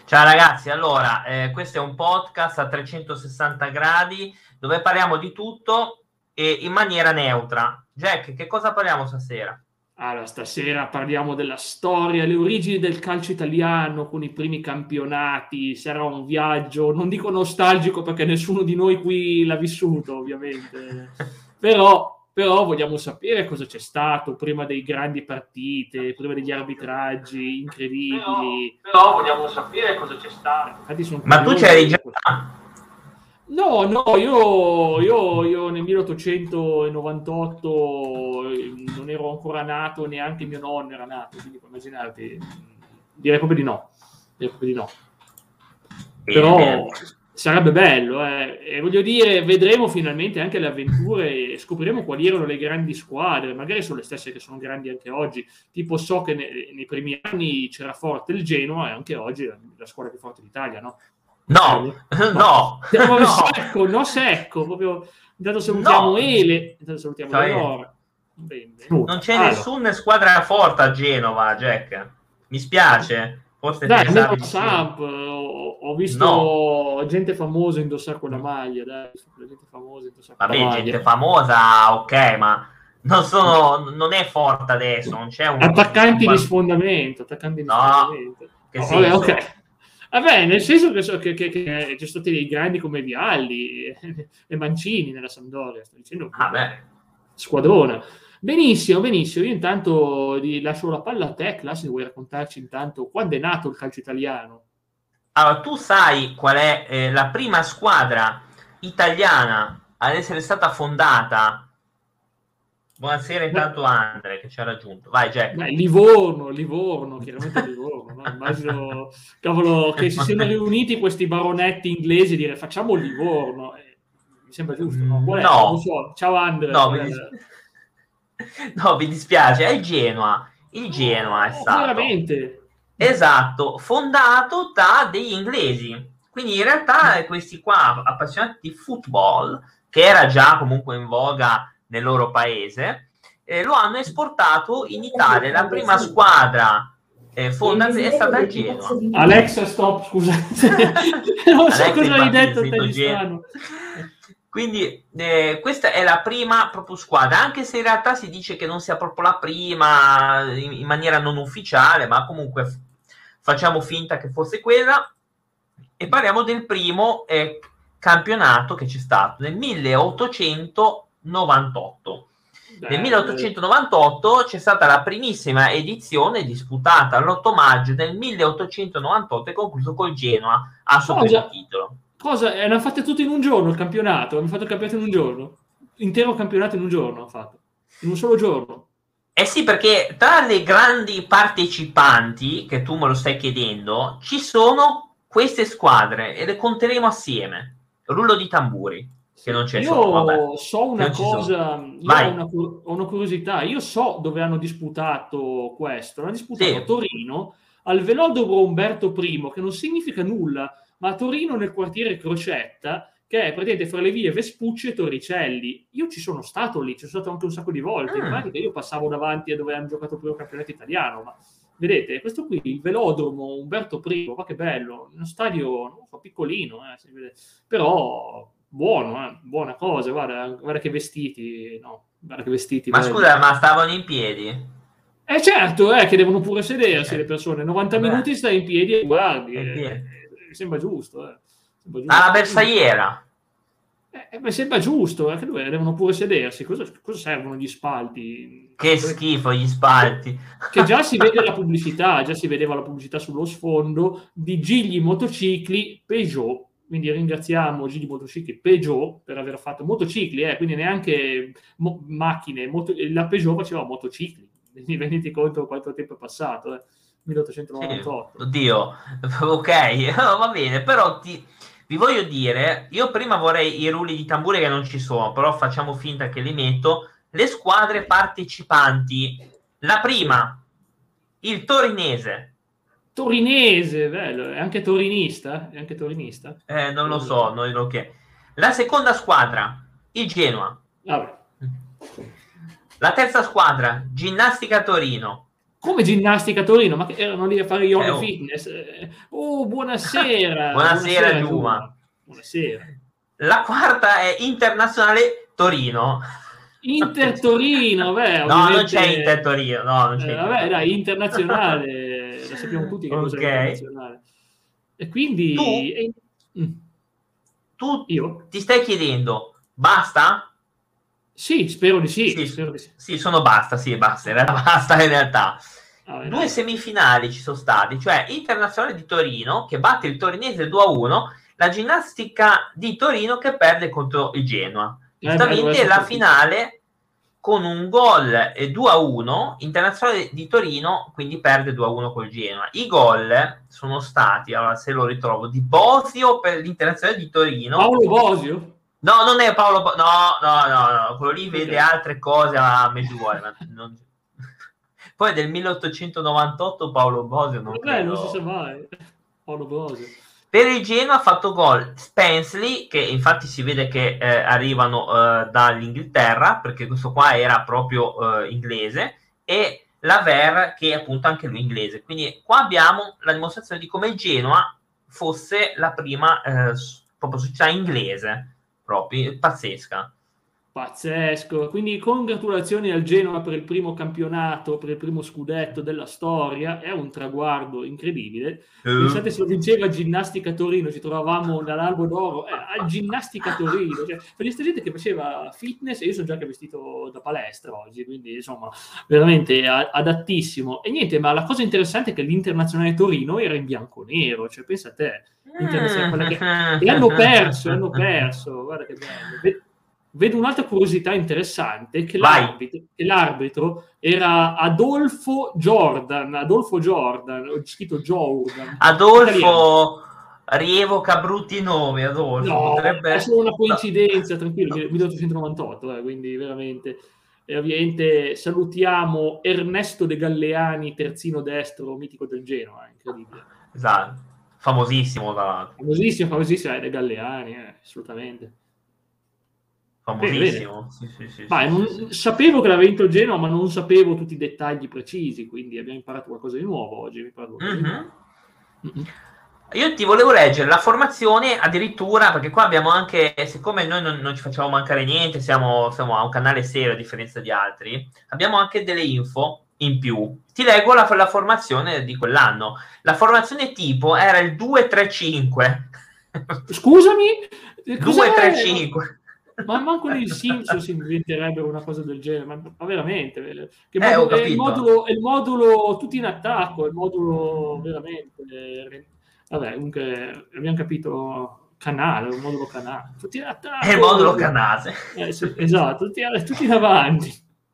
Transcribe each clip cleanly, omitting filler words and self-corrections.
Ciao ragazzi, allora, questo è un podcast a 360 gradi dove parliamo di tutto e in maniera neutra. Jack, che cosa parliamo stasera? Allora, stasera parliamo della storia, le origini del calcio italiano con i primi campionati. Sarà un viaggio, non dico nostalgico perché nessuno di noi qui l'ha vissuto, ovviamente, però vogliamo sapere cosa c'è stato prima dei grandi partite, prima degli arbitraggi incredibili. Però vogliamo sapere cosa c'è stato. Infatti sono Ma tu curioso c'eri di già? No, io nel 1898 non ero ancora nato, neanche mio nonno era nato, quindi puoi immaginarti, direi proprio di no. Direi proprio di no. Bene, Però bene. sarebbe bello, e voglio dire, vedremo finalmente anche le avventure e scopriremo quali erano le grandi squadre, magari sono le stesse che sono grandi anche oggi. Tipo so che nei primi anni c'era forte il Genoa e anche oggi è la squadra più forte d'Italia, no? No, no, Siamo no, secco, proprio. Intanto salutiamo no. Ele, intanto salutiamo Cioè, Eleonora. non Benvenuta. c'è Allora, nessuna squadra forte a Genova, Jack. Mi spiace, forse dai, almeno pensavi la di sì. Samp, ho No. visto gente famosa indossare quella maglia, dai, ho visto gente famosa indossare quella Vabbè, maglia. gente famosa, ok, ma non è forte adesso, non c'è Attaccanti di sfondamento, attaccanti di No, sfondamento. che Oh, vabbè, senso? ok. Vabbè, nel senso che ci sono stati dei grandi come Vialli e Mancini nella Sampdoria, sto dicendo Ah, comunque beh. squadrona. Benissimo, benissimo. Io intanto lascio la palla a te, Class, se vuoi raccontarci intanto quando è nato il calcio italiano. Allora, tu sai qual è la prima squadra italiana ad essere stata fondata? Buonasera Beh, intanto Andre che ci ha raggiunto. Vai, Jack. Livorno, chiaramente Livorno, no? Immagino, cavolo, che si siano riuniti questi baronetti inglesi e dire facciamo Livorno. Mi sembra giusto, no? Qual è? Non lo No, so. Ciao Andre, no, qual è la... no, mi dispiace, è il Genoa. Il Genoa è Oh, stato, veramente? esatto, fondato da degli inglesi. Quindi in realtà questi qua appassionati di football, che era già comunque in voga nel loro paese, lo hanno esportato in Italia. La prima squadra fondazione è stata il Genoa. Alexa, stop, scusate. Non so Alexa è cosa hai impazzito, detto te sento di strano. quindi questa è la prima proprio squadra, anche se in realtà si dice che non sia proprio la prima in maniera non ufficiale, ma comunque facciamo finta che fosse quella e parliamo del primo campionato che c'è stato nel 1898. Nel Bello. 1898 c'è stata la primissima edizione disputata l'8 maggio del 1898 e concluso col Genoa a suo primo Cosa? titolo. Cosa? L'hanno fatte tutte in un giorno il campionato? Hanno fatto il campionato in un giorno? Intero campionato in un giorno hanno fatto. In un solo giorno. Eh sì, perché tra le grandi partecipanti, che tu me lo stai chiedendo, ci sono queste squadre e le conteremo assieme. Rullo di tamburi, che non Sì. c'è solo, vabbè, Io so che una non ci sono. cosa, io Vai. ho una curiosità, io so dove hanno disputato questo, l'hanno disputato a Sì. Torino, al Velodrome Umberto I, che non significa nulla, ma a Torino nel quartiere Crocetta, che è praticamente fra le vie Vespucci e Torricelli. Io ci sono stato lì, ci sono stato anche un sacco di volte, in pratica io passavo davanti a dove hanno giocato il primo campionato italiano, ma vedete, questo qui, il Velodromo Umberto I, ma che bello, uno stadio, non so, piccolino, però buono, buona cosa, guarda che vestiti, no, guarda che vestiti Ma belli. scusa, ma stavano in piedi? Certo, che devono pure sedersi le persone, 90 Vabbè, minuti stai in piedi e guardi, in piedi. sembra giusto, sembra Alla giusto. bersagliera. Beh, sembra giusto, che devono pure sedersi, cosa servono gli spalti? Che schifo gli spalti. Che già si vede la pubblicità, già si vedeva la pubblicità sullo sfondo di Gigli Motocicli Peugeot. Quindi ringraziamo Gigli Motocicli Peugeot per aver fatto motocicli, quindi neanche macchine, la Peugeot faceva motocicli. Quindi renditi conto quanto tempo è passato, Sì, 1898. oddio, ok, va bene, però vi voglio dire, io prima vorrei i rulli di tamburi che non ci sono, però facciamo finta che li metto, le squadre partecipanti. La Sì. prima, il Torinese. Torinese, bello, è anche torinista? È anche torinista? Non lo so, non lo che. La seconda squadra, il Genoa. Vabbè. La terza squadra, Ginnastica Torino. Come ginnastica a Torino? Ma che erano lì a fare yoga fitness? Oh, buonasera! Buonasera Giuma. Buonasera. La quarta è Internazionale Torino. Inter Torino, beh, no, ovviamente... non c'è Inter Torino, no, non c'è vabbè, dai, internazionale, lo sappiamo tutti che cos'è internazionale. E quindi... Tu ti stai chiedendo, basta? Sì, spero di sì. Spero di sì. Sì, basta, in realtà. 2 semifinali ci sono stati, cioè Internazionale di Torino che batte il torinese 2-1, la Ginnastica di Torino che perde contro il Genoa. Giustamente la finale con un gol 2-1, Internazionale di Torino quindi perde 2-1 col Genoa. I gol sono stati, allora se lo ritrovo, di Bosio per l'Internazionale di Torino. Paolo Bosio? No, non è Paolo Bosio, no, quello lì vede altre cose a Medjugorje, ma non... Poi del 1898 Paolo Bosio non credo. Non si sa mai. Paolo Bosio. Per il Genoa ha fatto gol Spensley, che infatti si vede che arrivano dall'Inghilterra, perché questo qua era proprio inglese, e Laver, che è appunto anche lui inglese. Quindi qua abbiamo la dimostrazione di come il Genoa fosse la prima proprio società inglese, proprio pazzesca. Pazzesco, quindi congratulazioni al Genoa per il primo campionato, per il primo scudetto della storia, è un traguardo incredibile. Pensate se lo vinceva Ginnastica Torino, ci trovavamo all'Albo d'Oro, a Ginnastica Torino, cioè, per questa gente che faceva fitness, e io sono già che vestito da palestra oggi, quindi insomma veramente adattissimo. E niente, ma la cosa interessante è che l'Internazionale Torino era in bianco-nero, cioè pensa a te, e hanno perso, guarda che bello. Vedo un'altra curiosità interessante, che l'arbitro era Adolfo Jordan, ho scritto Jordan. Adolfo rievoca brutti nomi, Adolfo. No, potrebbe... è solo una coincidenza, tranquillo, 1898, quindi veramente... E ovviamente salutiamo Ernesto De Galleani, terzino destro, mitico del Genoa, incredibile. Esatto, famosissimo tra l'altro. Famosissimo, De Galleani, assolutamente. Famosissimo. Sì. Sapevo che l'aveva vinto il Genoa, ma non sapevo tutti i dettagli precisi, quindi abbiamo imparato qualcosa di nuovo oggi. Io ti volevo leggere la formazione addirittura, perché qua abbiamo anche, siccome noi non ci facciamo mancare niente, siamo a un canale serio a differenza di altri, abbiamo anche delle info in più. Ti leggo la formazione di quell'anno. La formazione tipo era il 2-3-5. Scusami? 2-3-5. Ma manco nei Simpson si inventerebbero una cosa del genere, ma veramente. Che è il modulo tutti in attacco, il modulo veramente... Vabbè, comunque abbiamo capito canale, un modulo canale. Tutti in attacco. È il modulo canase. Sì, esatto, tutti davanti.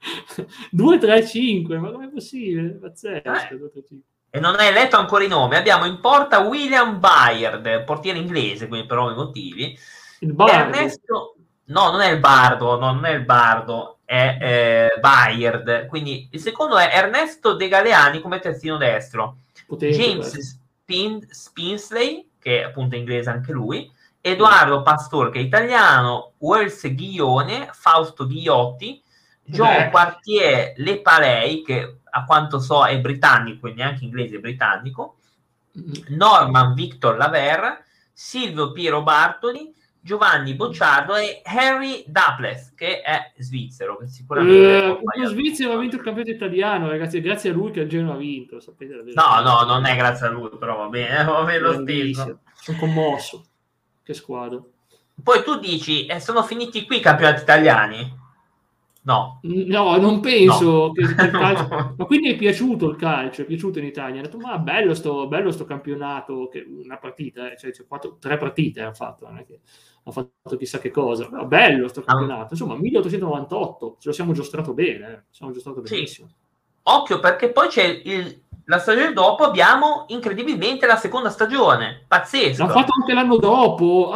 2-3-5, ma com'è possibile? Pazzesco. 2-3-5. E non hai letto ancora i nomi. Abbiamo in porta William Byard, portiere inglese, quindi per ovvi motivi. Il Bardo. Ernesto... No, non è il Bardo, è Byard. Quindi il secondo è Ernesto De Galeani come terzino destro. James Spensley, che è appunto inglese anche lui, Edoardo Pastor, che è italiano, Wells Ghione, Fausto Ghigliotti, John Quartier Lepalei, che a quanto so è britannico, quindi anche inglese britannico, Norman Victor Laver, Silvio Piero Bartoli, Giovanni Bocciardo e Harry Daples, che è svizzero, che sicuramente uno svizzero ha vinto il campionato italiano, ragazzi, grazie a lui che il Genoa ha vinto, sapete. No, non è grazie a lui, però va bene lo stesso. Sono commosso, che squadra. Poi tu dici, sono finiti qui i campionati italiani? No, non penso che il calcio... Ma quindi è piaciuto il calcio, è piaciuto in Italia? Ha detto, ma bello sto campionato, che una partita, cioè 3 partite ha fatto, non è che ha fatto chissà che cosa, però bello sto campionato. Insomma, 1898, ce lo siamo giostrato bene, benissimo. Sì. Occhio, perché poi c'è la stagione dopo, abbiamo incredibilmente la seconda stagione, pazzesco. L'hanno fatto anche l'anno dopo.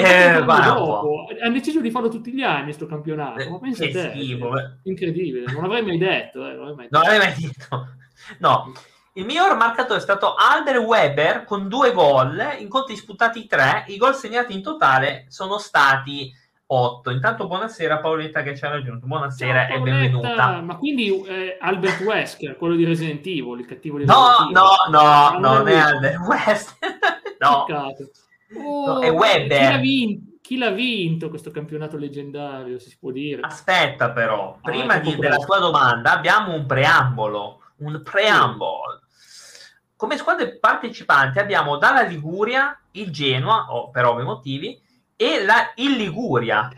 Dopo. Hanno deciso di farlo tutti gli anni sto campionato. Ma pensa te, schifo. Incredibile, non l'avrei mai detto. Non l'avrei mai detto. No. Il miglior marcatore è stato Alder Weber con 2 gol, incontri disputati 3, i gol segnati in totale sono stati 8. Intanto buonasera Paoletta che ci ha raggiunto. Buonasera Ciao e Paoletta, benvenuta. ma quindi Albert Wesker, quello di Resident Evil, il cattivo di No, Resident Evil. no, Ah, non è non è lui? Albert West. No, Peccato. no, è Oh, Weber. chi l'ha vinto questo campionato leggendario, se si può dire? Aspetta però, Ah, è prima troppo della presto. tua domanda abbiamo un preambolo, un Sì. preambolo. Come squadre partecipanti abbiamo dalla Liguria il Genoa, per ovvi motivi, e il Liguria.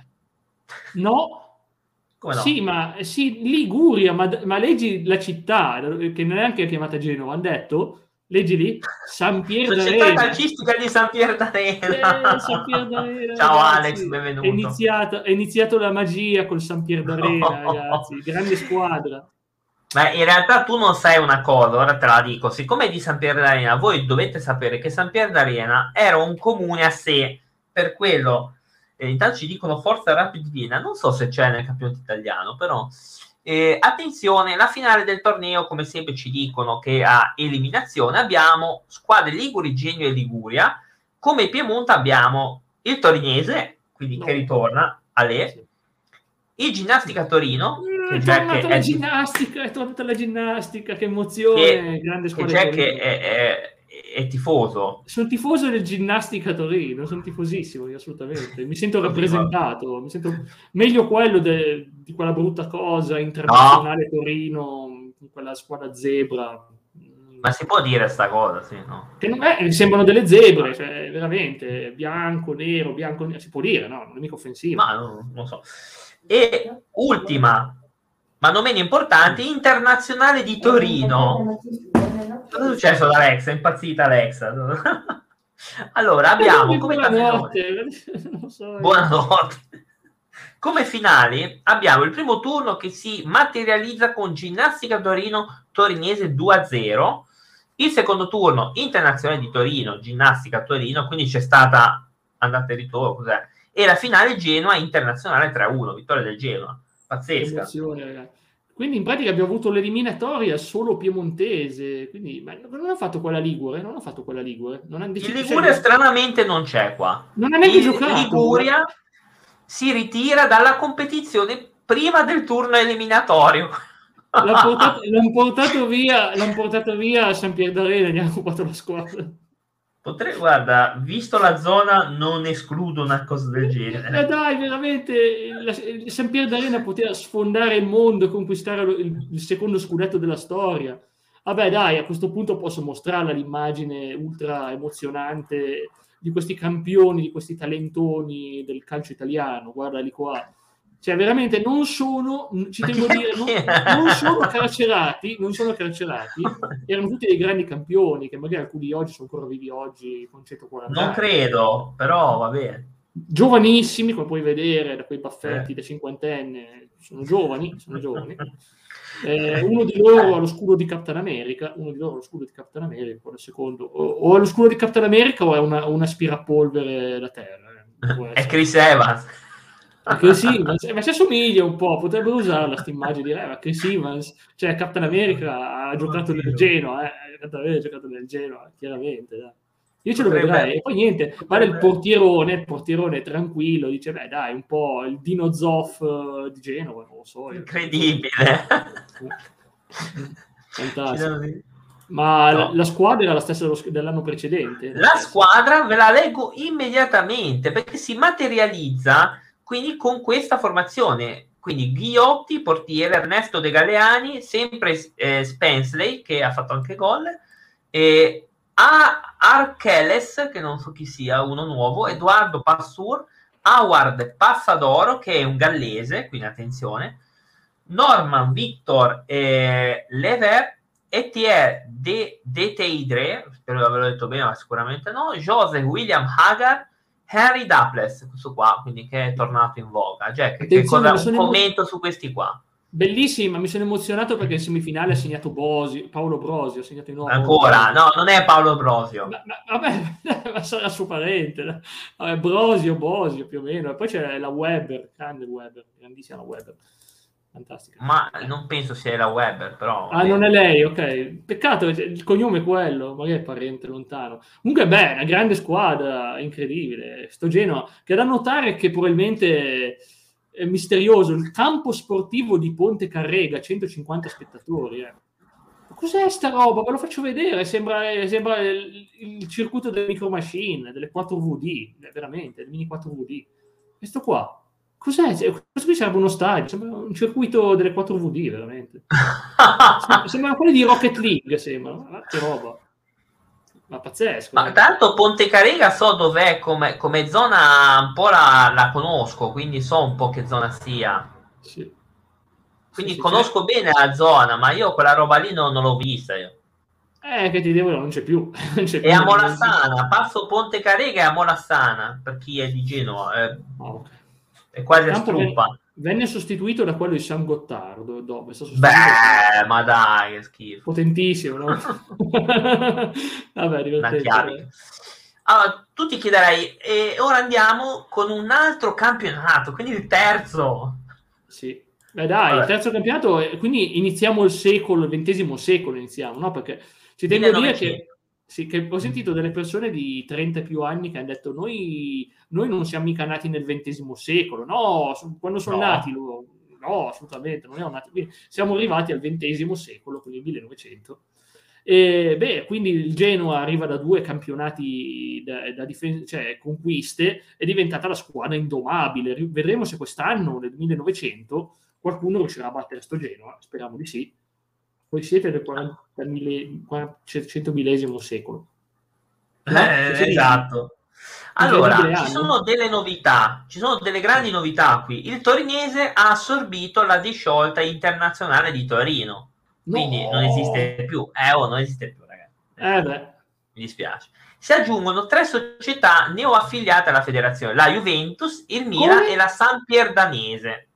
No, Come sì, no? ma sì, Liguria, ma leggi la città, che non è neanche chiamata Genova, hanno detto, leggi lì, San Pier Società d'Arena. calcistica di San Pier San Pier d'Arena, Ciao Alex, ragazzi, benvenuto. è iniziato la magia col San Pier d'Arena, No. ragazzi, grande squadra. Ma in realtà tu non sai una cosa, ora te la dico. Siccome è di San Pier d'Arena, voi dovete sapere che San Pier d'Arena era un comune a sé, per quello. Intanto ci dicono Forza Rapid Vienna, non so se c'è nel campionato italiano, però. Attenzione, la finale del torneo, come sempre ci dicono che a eliminazione abbiamo squadre Liguri, Genio e Liguria. Come Piemonte abbiamo il Torinese, quindi che No. ritorna a Le, Sì. il Ginnastica Torino, che È già che tornata la è, ginnastica, è tornata la ginnastica, che che, emozione, grande che squadra di c'è che Torino. è tifoso. Sono tifoso del Ginnastica Torino, sono tifosissimo, io assolutamente. Mi sento Così, va. rappresentato, mi sento meglio quello di quella brutta cosa No, internazionale Torino, con quella squadra zebra. ma si può dire sta cosa, sì, no? Che non è, sembrano delle zebre, cioè veramente bianco, nero, si può dire, no? Non è mica offensivo. Ma non so. E ultima, ma non meno importante, Internazionale di Torino. Cosa è successo ad Alexa? È impazzita Alexa. Allora, abbiamo come tabellone. Buonanotte, non lo so io. Buonanotte. Come finali abbiamo il primo turno che si materializza con Ginnastica Torino Torinese 2-0, il secondo turno Internazionale di Torino, Ginnastica Torino, quindi c'è stata andata e ritorno, cos'è? E la finale Genoa Internazionale 3-1, vittoria del Genoa, Che pazzesca. emozione, ragazzi. Quindi in pratica abbiamo avuto l'eliminatoria solo piemontese, quindi ma non ha fatto quella Ligure, non ha fatto quella Ligure, non ha Il deciso, cioè, Liguria stranamente non c'è qua. non ha neanche Il giocato. Liguria si ritira dalla competizione prima del turno eliminatorio. L'hanno portato via a San Pier d'Arena, gli hanno occupato la squadra. Guarda, visto la zona, non escludo una cosa del Ma genere. dai, veramente, il San Pier d'Arena poteva sfondare il mondo e conquistare il secondo scudetto della storia. Vabbè, dai, a questo punto posso mostrarla l'immagine ultra emozionante di questi campioni, di questi talentoni del calcio italiano. Guardali qua. Cioè, veramente non sono, ci Ma chi tengo a dire, è? non sono carcerati, erano tutti dei grandi campioni, che magari alcuni oggi sono ancora vivi oggi con 140 Non anni. credo, però va bene. Giovanissimi, come puoi vedere da quei Eh. baffetti da cinquantenne, sono giovani, sono giovani. Uno di loro ha lo scudo di Capitan America, uno di loro ha lo scudo di Capitan America, quello secondo, o è lo scudo di Capitan America o è un aspirapolvere da terra. Può È essere. Chris Evans. Chris Evans, ma si assomiglia un po', potrebbero usarla sta immagine, dire, ma Chris Evans, cioè Captain America ha giocato nel Oddio. Genoa, Captain America ha giocato nel Genoa, chiaramente, dai. Io ce lo vedrei, Potrebbe... e poi niente, guarda il portierone tranquillo, dice, beh dai, un po' il Dino Zoff di Genova, non lo so. Incredibile. Fantastico. Ma No. la squadra era la stessa dell'anno precedente? La squadra ve la leggo immediatamente perché si materializza quindi con questa formazione. Quindi Ghiotti, portiere, Ernesto De Galeani, sempre Spensley che ha fatto anche gol, e Arkeles, che non so chi sia, uno nuovo, Edoardo Passur, Howard Passadoro, che è un gallese, quindi attenzione, Norman Victor Lever, Etienne de Teidre, spero di averlo detto bene, ma sicuramente no, Joseph William Hagar, Henry Daples, questo qua, quindi che è tornato in voga. Jack, che Attenzione, cosa, un commento su questi qua? bellissima, mi sono emozionato perché in semifinale ha segnato Paolo Brosi, ha segnato di nuovo Paolo Ancora, Brosi. no, non è Paolo Brosio. Vabbè, ma sarà suo parente. Vabbè, Bosio più o meno. E poi c'è la Weber, grande Weber, grandissima Weber. fantastica. Ma non penso sia la Weber, però. Ah, non è lei, ok. Peccato, il cognome è quello, magari è parente lontano. Comunque, beh, una grande squadra, incredibile. Sto Genoa, che da notare che probabilmente è misterioso. Il campo sportivo di Ponte Carrega, 150 spettatori. Ma cos'è sta roba? Ve lo faccio vedere. Sembra il circuito delle micro machine, delle 4VD, veramente, del mini 4VD. Questo qua. Cos'è? Questo qui sarebbe uno stadio, sembra un circuito delle 4VD, veramente. Sembrano quelli di Rocket League, sembrano. Ma che roba. Ma pazzesco. Ma tanto Ponte Carrega so dov'è come zona, un po' la conosco, quindi so un po' che zona sia. Sì. Quindi Sì, conosco bene la zona, ma io quella roba lì non l'ho vista io. che ti devo, non c'è più. Non c'è È più a Molassana, passo Ponte Carrega e a Molassana, per chi è di Genova. Okay. È quasi a Campo Struppa. venne sostituito da quello di San Gottardo, dove è stato Beh, ma dai, che schifo. potentissimo, no? Vabbè, divertente. Allora, tu ti chiederai, e ora andiamo con un altro campionato, quindi il terzo. Sì. Beh dai, il terzo campionato, quindi iniziamo il secolo, il XX secolo iniziamo, no? Perché ci tengo a dire che ho sentito delle persone di 30 più anni che hanno detto noi non siamo mica nati nel XX secolo, no, quando sono nati loro, no, assolutamente, non erano nati, quindi siamo arrivati al XX secolo, con il 1900. E, beh, quindi il Genoa arriva da 2 campionati cioè conquiste, è diventata la squadra indomabile. Vedremo se quest'anno, nel 1900, qualcuno riuscirà a battere sto Genoa, speriamo di sì. Voi siete del 400.000 secolo. No? Esatto. Allora, ci sono delle novità, ci sono delle grandi novità qui. Il torinese ha assorbito la disciolta internazionale di Torino, quindi non esiste più. Non esiste più, ragazzi. Mi dispiace. Si aggiungono 3 società neoaffiliate alla federazione: la Juventus, il Milan e la Sampierdarenese.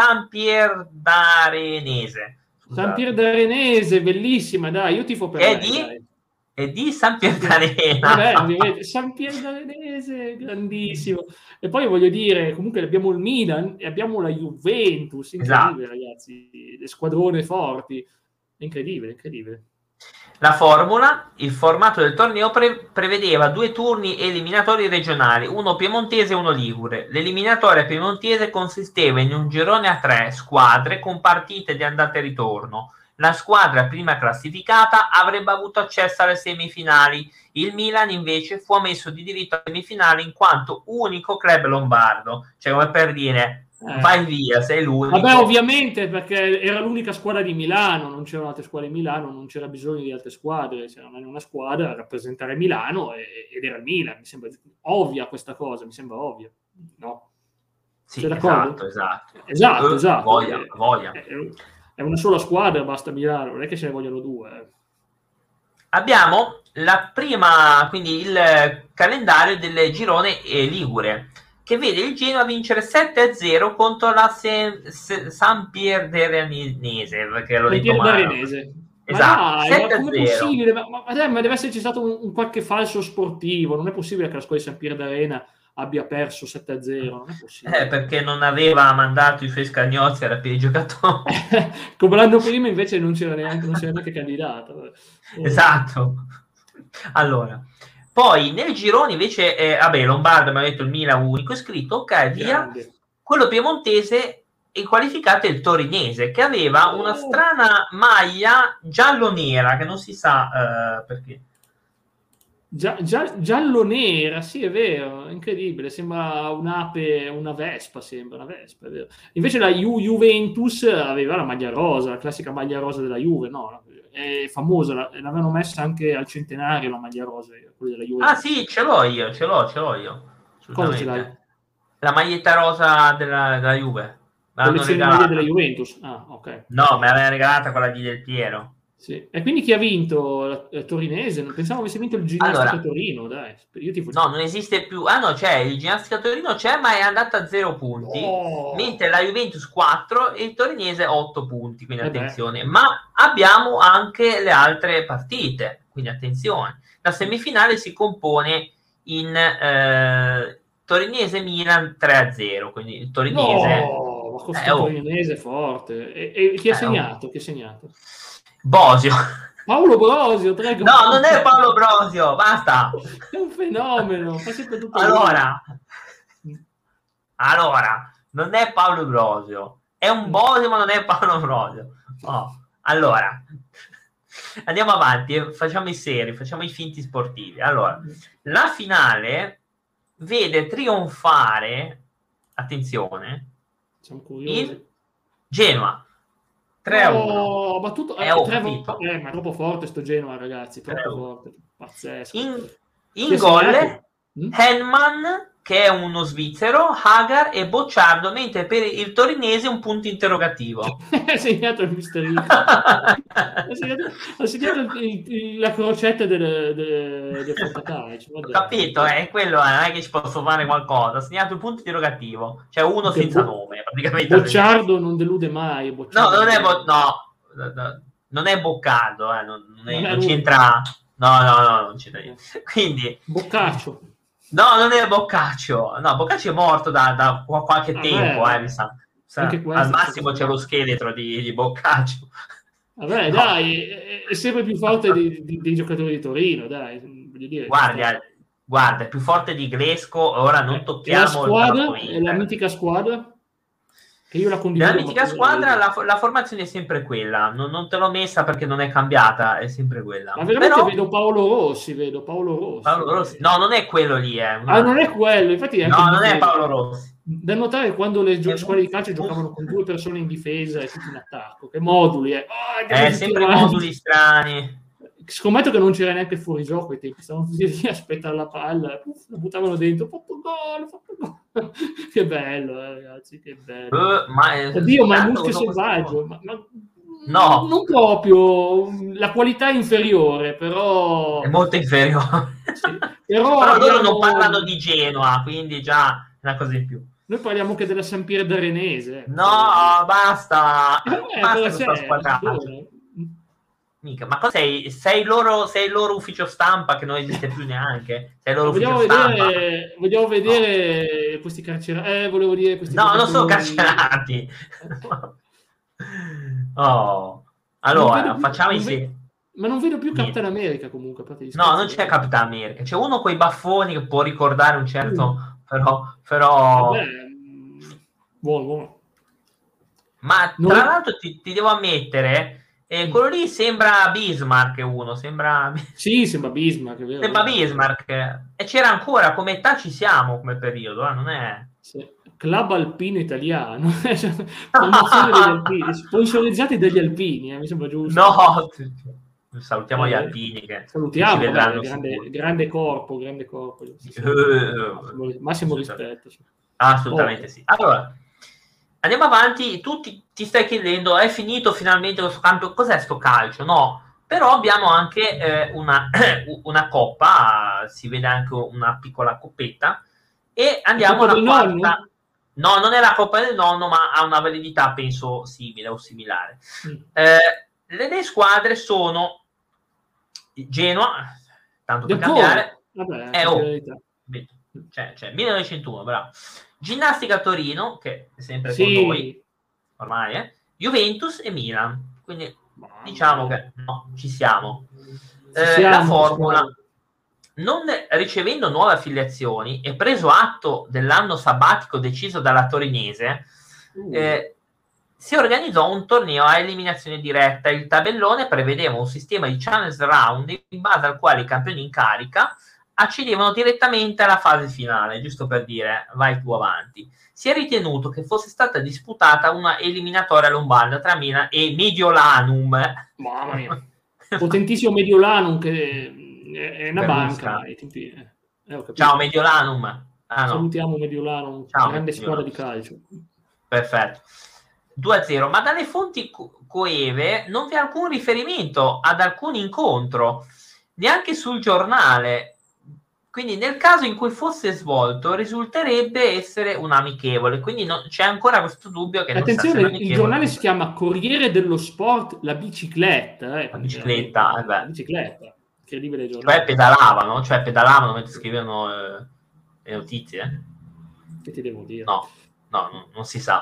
Sampierdarenese, bellissima, dai, io tifo per lei. E di Sampierdarena. Vabbè, Sampierdarenese, grandissimo. E poi voglio dire, comunque abbiamo il Milan e abbiamo la Juventus, incredibile, ragazzi, le squadrone forti, incredibile, incredibile. La formula, il formato del torneo prevedeva 2 turni eliminatori regionali, uno piemontese e uno ligure. L'eliminatoria piemontese consisteva in un girone a 3 squadre con partite di andata e ritorno. La squadra prima classificata avrebbe avuto accesso alle semifinali. Il Milan invece fu ammesso di diritto alle semifinali in quanto unico club lombardo. Cioè, come per dire, vai via, sei l'unico. Vabbè, ovviamente, perché era l'unica squadra di Milano, non c'erano altre squadre di Milano, non c'era bisogno di altre squadre, c'era una squadra a rappresentare Milano ed era il Milan. Mi sembra ovvia questa cosa, mi sembra ovvia, no? Sì, esatto. Voglia. È una sola squadra, basta Milano, non è che ce ne vogliono 2. Abbiamo la prima, quindi il calendario del girone ligure, che vede il Genoa vincere 7-0 contro la Sampierdarenese, perché l'ho detto male. Esatto, ma come è possibile? Ma deve esserci stato un qualche falso sportivo, non è possibile che la squadra di Sampierdarena abbia perso 7-0, non è possibile. Perché non aveva mandato i suoi scagnozzi alla piedi giocatori. Come l'anno prima invece non c'era neanche candidato. Esatto. Allora, poi nel girone invece, Lombardo mi ha detto il Milan unico iscritto, ok, via. Quello piemontese è qualificato il torinese, che aveva una strana maglia giallo-nera, che non si sa perché. Giallo-nera, sì, è vero, incredibile, sembra un'ape, una vespa, è vero. Invece la Juventus aveva la maglia rosa, la classica maglia rosa della Juve, no? È famosa, l'avevano messa anche al centenario la maglia rosa, quella della Juve. Ah sì, ce l'ho io. Cosa ce l'hai? La maglietta rosa della Juve. Collezione di maglie della Juventus? Ah, ok. No, me l'aveva regalata quella di Del Piero. Sì. E quindi chi ha vinto? La torinese? Pensavo avesse vinto il Ginnastica Torino, dai. No, non esiste più. Ah no, c'è, il Ginnastica Torino c'è, ma è andata a 0 punti, mentre la Juventus 4 e il torinese 8 punti, quindi attenzione. Ma abbiamo anche le altre partite, quindi attenzione. La semifinale si compone in Torinese-Milan 3-0, quindi il torinese ma questo torinese è forte. E chi ha segnato? Chi ha segnato? Bosio. Paolo Brosio, 3 gol. No, non è Paolo Brosio, basta. È un fenomeno, fa sempre tutto allora, non è Paolo Brosio, è un Bosio, ma non è Paolo Brosio. Allora, andiamo avanti, facciamo i seri, facciamo i finti sportivi. Allora, la finale vede trionfare, attenzione, siamo curiosi, il Genoa 3-1. ma tutto ma è troppo forte sto Genoa, ragazzi, troppo forte, pazzesco. In gol Henman, che è uno svizzero, Hagar e Bocciardo, mentre per il torinese un punto interrogativo. Ha segnato il Mister X. ha segnato la crocetta del fantacalcio. Ho capito, è quello, non è che ci posso fare qualcosa. Ha segnato il punto interrogativo, cioè uno senza nome praticamente. Bocciardo non delude mai. Non è Boccardo, non c'entra. No, non c'entra niente. Quindi Boccaccio. No, non è Boccaccio. No, Boccaccio è morto da qualche tempo, mi sa. Al massimo c'è lo scheletro di Boccaccio. Vabbè, no. Dai, è sempre più forte dei giocatori di Torino, dai. Voglio dire, guarda, è più forte di Glesco. Ora non tocchiamo la squadra, è la mitica squadra. Che io la condivido. La mitica squadra, la formazione è sempre quella. Non te l'ho messa perché non è cambiata, è sempre quella. Ma veramente vedo Paolo Rossi. No, non è quello lì. Non è quello. Infatti no, non è Paolo Rossi. Da notare quando le squadre di calcio giocavano con 2 persone in difesa e tutti in attacco. Che moduli, sempre moduli strani. Scommetto che non c'era neanche fuori gioco ai tempi, stavano tutti lì a aspettare la palla, la buttavano dentro, fatto gol. Che bello, ragazzi, che bello. Oddio, ma è muschio selvaggio. No, non proprio, la qualità è inferiore, però è molto inferiore. Sì. Però loro non parlano di Genoa, quindi già una cosa in più. Noi parliamo anche della Sampier Darenese. No, basta. Basta questa squadra. Mica, ma cosa sei? Sei il loro ufficio stampa che non esiste più neanche. Sei il loro vogliamo vedere questi carcerati. Volevo dire questi. No, non sono carcerati. Allora, facciamo insieme. Ma non vedo più Capitan America comunque. No, non c'è Capitan America. C'è uno con i baffoni che può ricordare un certo. Però. Vabbè, buono. Ma tra l'altro ti devo ammettere. Quello lì sembra Bismarck Sì, sembra Bismarck, è vero. Sembra Bismarck. E c'era ancora, come età ci siamo come periodo, non è... Sì. Club Alpino Italiano. Sponsorizzati dagli Alpini, mi sembra giusto. No, salutiamo gli Alpini che salutiamo, ci vedranno. Grande corpo. Massimo rispetto. Assolutamente sì. Allora, andiamo avanti, tu ti stai chiedendo, è finito finalmente questo campo, cos'è sto calcio? No, però abbiamo anche una coppa, si vede anche una piccola coppetta, e andiamo alla quarta. No, non è la coppa del nonno, ma ha una validità, penso, simile o similare. Le squadre sono Genoa, tanto per cambiare, cioè 1901, bravo. Ginnastica Torino, che è sempre con noi, ormai, Juventus e Milan. Quindi diciamo che ci siamo. La Formula, non ricevendo nuove affiliazioni e preso atto dell'anno sabbatico deciso dalla torinese, si organizzò un torneo a eliminazione diretta. Il tabellone prevedeva un sistema di Challenge Round in base al quale i campioni in carica accedevano direttamente alla fase finale, giusto per dire vai tu avanti. Si è ritenuto che fosse stata disputata una eliminatoria lombarda tra Milan e Mediolanum. Mamma mia, potentissimo Mediolanum, che è una banca. Ciao Mediolanum. Salutiamo Mediolanum, grande squadra di calcio. Perfetto. 2-0, ma dalle fonti coeve non vi è alcun riferimento ad alcun incontro, neanche sul giornale. Quindi nel caso in cui fosse svolto risulterebbe essere un amichevole, quindi c'è ancora questo dubbio che attenzione, il giornale si chiama Corriere dello Sport, la bicicletta. La bicicletta, La bicicletta, incredibile giornale. Cioè pedalavano mentre scrivevano le notizie. Che ti devo dire? No, non si sa.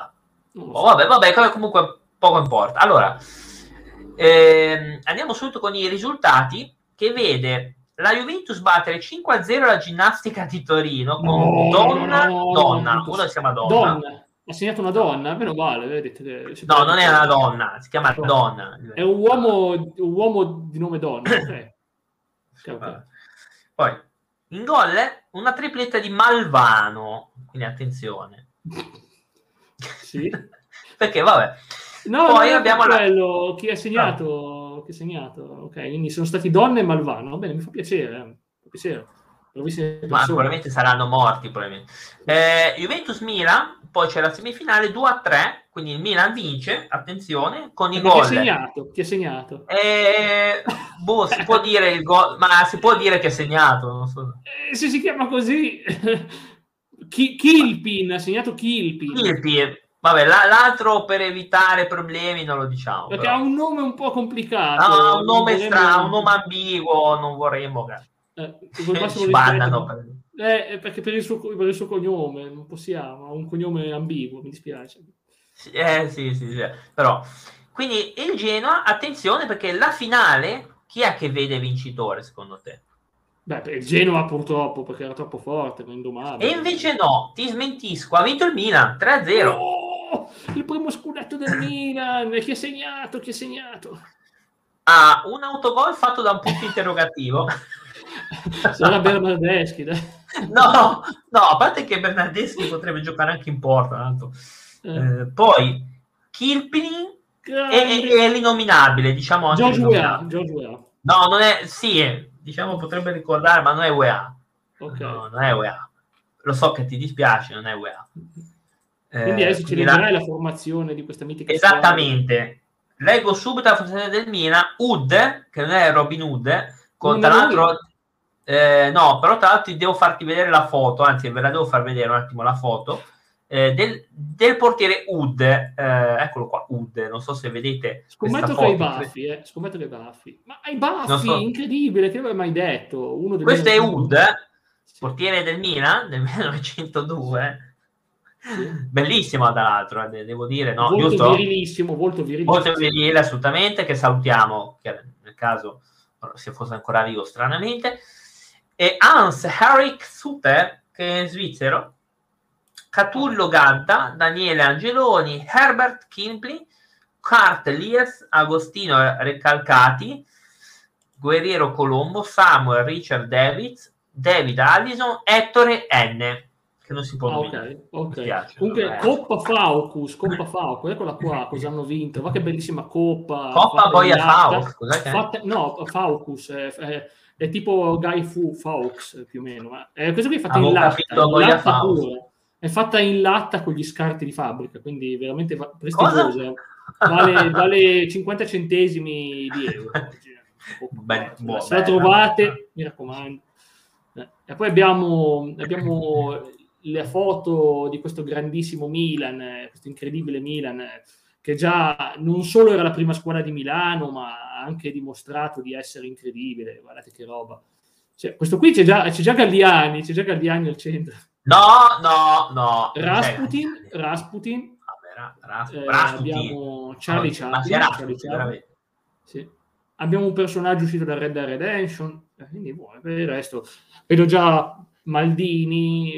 Non lo so. Vabbè, comunque poco importa. Allora, andiamo subito con i risultati, che vede la Juventus battere 5-0 la Ginnastica di Torino con Donna, uno si chiama Donna. Ha segnato una donna, meno male, vedete. No, non è una donna, si chiama Donna. È un uomo di nome Donna, ok. Okay. Poi, in gol, una tripletta di Malvano, quindi attenzione. Sì. Perché, vabbè. No, poi non abbiamo quello, chi ha segnato, ok, quindi sono stati Donna e Malvano, bene, mi fa piacere, ma probabilmente saranno morti, probabilmente. Juventus-Milan, poi c'è la semifinale 2-3, quindi il Milan vince, attenzione, con i gol. Chi ha segnato? Si può dire il gol, ma si può dire che ha segnato, non so. Se si chiama così... Kilpin, ha segnato Kilpin. Vabbè, l'altro per evitare problemi non lo diciamo. Perché però ha un nome un po' complicato. Ha un nome strano, un nome ambiguo, non vorremmo che ci bannano. Perché per il suo cognome non possiamo, ha un cognome ambiguo, mi dispiace. Sì, però. Quindi il Genoa, attenzione, perché la finale, chi è che vede vincitore secondo te? Beh, il Genoa purtroppo, perché era troppo forte, indomabile. E invece no, ti smentisco, ha vinto il Milan 3-0. Oh, il primo scudetto del Milan, chi ha segnato? Ha un autogol fatto da un punto interrogativo. Sarà Bernardeschi, dai. No, a parte che Bernardeschi potrebbe giocare anche in porta. Poi Kilpini è l'inominabile, diciamo anche George Weah. No, non è, diciamo potrebbe ricordare, ma non è UEA. Okay. No, non è UEA. Lo so che ti dispiace, non è UEA. Quindi adesso ci leggerai la formazione di questa mitica esattamente. Squadra. Leggo subito la formazione del Milan. Hood, che non è Robin Hood, con tra l'altro no, però tra l'altro devo farti vedere la foto, anzi ve la devo far vedere un attimo la foto del portiere Hood, eccolo qua, Hood, non so se vedete. Scommetto che hai baffi, ma hai baffi, incredibile, che avevo mai detto. Questo è Hood, portiere del Milan del 1902. Sì. Bellissimo tra l'altro, devo dire, no? Molto giusto? Virilissimo, molto virile, assolutamente, che salutiamo, che nel caso se fosse ancora vivo stranamente. E Hans-Henrik Suter, che è svizzero, Catullo Gadda, Daniele Angeloni, Herbert Kimpli, Kurt Lies, Agostino Recalcati, Guerriero Colombo, Samuel Richard David Allison, Ettore N. Che non si può nominare. Ok. Comunque Coppa Faucus, eccola qua, cosa hanno vinto? Ma che bellissima coppa. Coppa Boia Faucus, cos'è che è? No, Faucus è tipo Guy Fawkes più o meno, ma questo qui è fatto in latta pura. È fatta in latta con gli scarti di fabbrica, quindi veramente prestigiosa. Vale 50 centesimi di euro. Se la trovate, mi raccomando. E poi abbiamo le foto di questo grandissimo Milan, questo incredibile Milan, che già non solo era la prima squadra di Milano, ma ha anche dimostrato di essere incredibile. Guardate che roba. Questo qui c'è già Galliani al centro. No. Rasputin. Abbiamo Charlie Chaplin. Sì. Abbiamo un personaggio uscito da Red Dead Redemption. Quindi per il resto vedo già Maldini,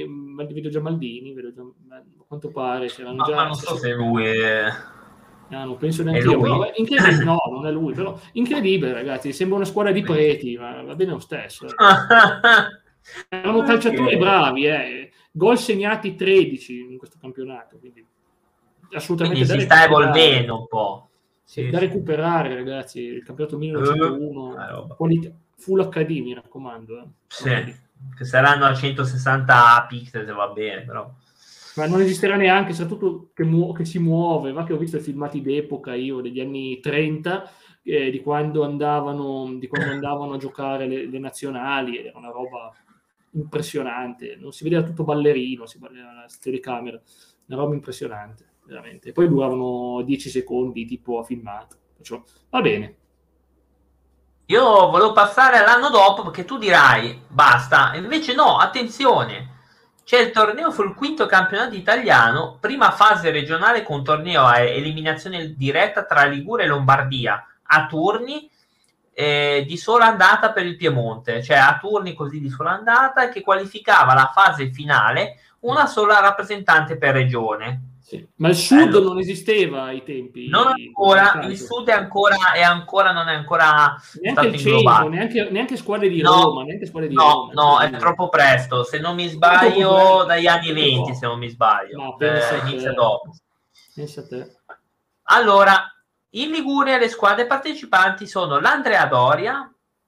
a quanto pare c'erano già. Ma non so se lui è... non penso neanche io. Però, incredibile, no, non è lui, però incredibile, ragazzi, sembra una squadra di preti, ma va bene lo stesso. Erano calciatori bravi, gol segnati 13 in questo campionato, quindi assolutamente si sta evolvendo un po'. Da recuperare, ragazzi, il campionato 1901 Full HD, mi raccomando. Che saranno a 160 pixel se va bene, però. Ma non esisterà neanche, soprattutto che si muove. Va che ho visto i filmati d'epoca io degli anni 30 di quando andavano a giocare le nazionali, era una roba impressionante, non si vedeva tutto ballerino, si vedeva la telecamera, una roba impressionante veramente. E poi duravano 10 secondi tipo a filmato, va bene. Io volevo passare all'anno dopo perché tu dirai basta, invece no, attenzione, C'è il torneo sul quinto campionato italiano, prima fase regionale con torneo a eliminazione diretta tra Liguria e Lombardia, a turni di sola andata per il Piemonte, cioè a turni così di sola andata, che qualificava la fase finale una sola rappresentante per regione. Sì. Ma il sud non esisteva ai tempi. Non ancora, il sud non è ancora neanche il centro, neanche squadre di Roma, neanche squadre di Roma. No, è troppo presto. Se non mi sbaglio, dagli anni 20, se non mi sbaglio. No, inizia dopo. Pensa a te. Allora, in Liguria le squadre partecipanti sono l'Andrea Doria,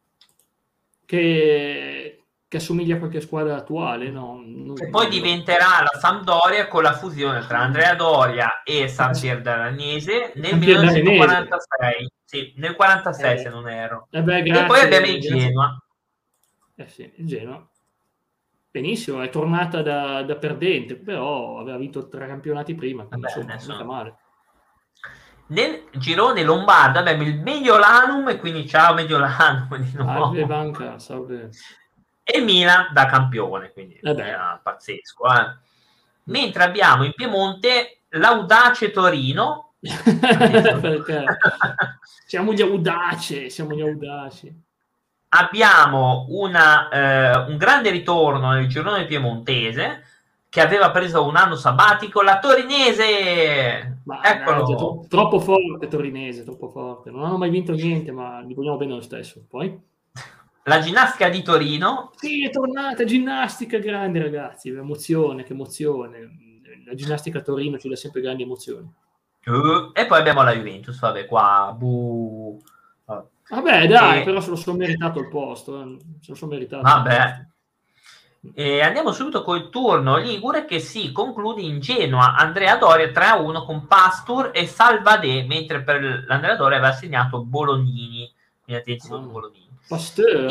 che assomiglia a qualche squadra attuale, no? Che poi diventerà la Sampdoria con la fusione tra Andrea Doria e San Pier d'Aranese nel 1946. Sì, nel 46 se non erro. E poi abbiamo il Genoa. Sì, il Genoa. Benissimo, è tornata da perdente, però aveva vinto 3 campionati prima, quindi insomma, non male. Nel girone lombardo abbiamo il Mediolanum, e quindi ciao Mediolanum di nuovo. Salve Banca, salve. E Milan da campione, quindi era pazzesco. Mentre abbiamo in Piemonte l'Audace Torino. Perché? Siamo gli audaci. Abbiamo un grande ritorno nel girone piemontese, che aveva preso un anno sabbatico, la Torinese. Eccolo. Troppo forte Torinese, troppo forte. Non hanno mai vinto niente, ma li vogliamo bene lo stesso. Poi la Ginnastica di Torino. Sì, è tornata, ginnastica grande, ragazzi, che emozione. La Ginnastica a Torino ci dà sempre grandi emozioni. E poi abbiamo la Juventus, vabbè, qua vabbè, dai, però se lo sono meritato il posto, se lo sono meritato. Vabbè. E andiamo subito col turno ligure, che si conclude in Genoa. Andrea Doria 3-1 con Pastur e Salvadé, mentre per l'Andrea Doria aveva segnato Bolognini. Quindi attenzione, Bolognini. Pasteur.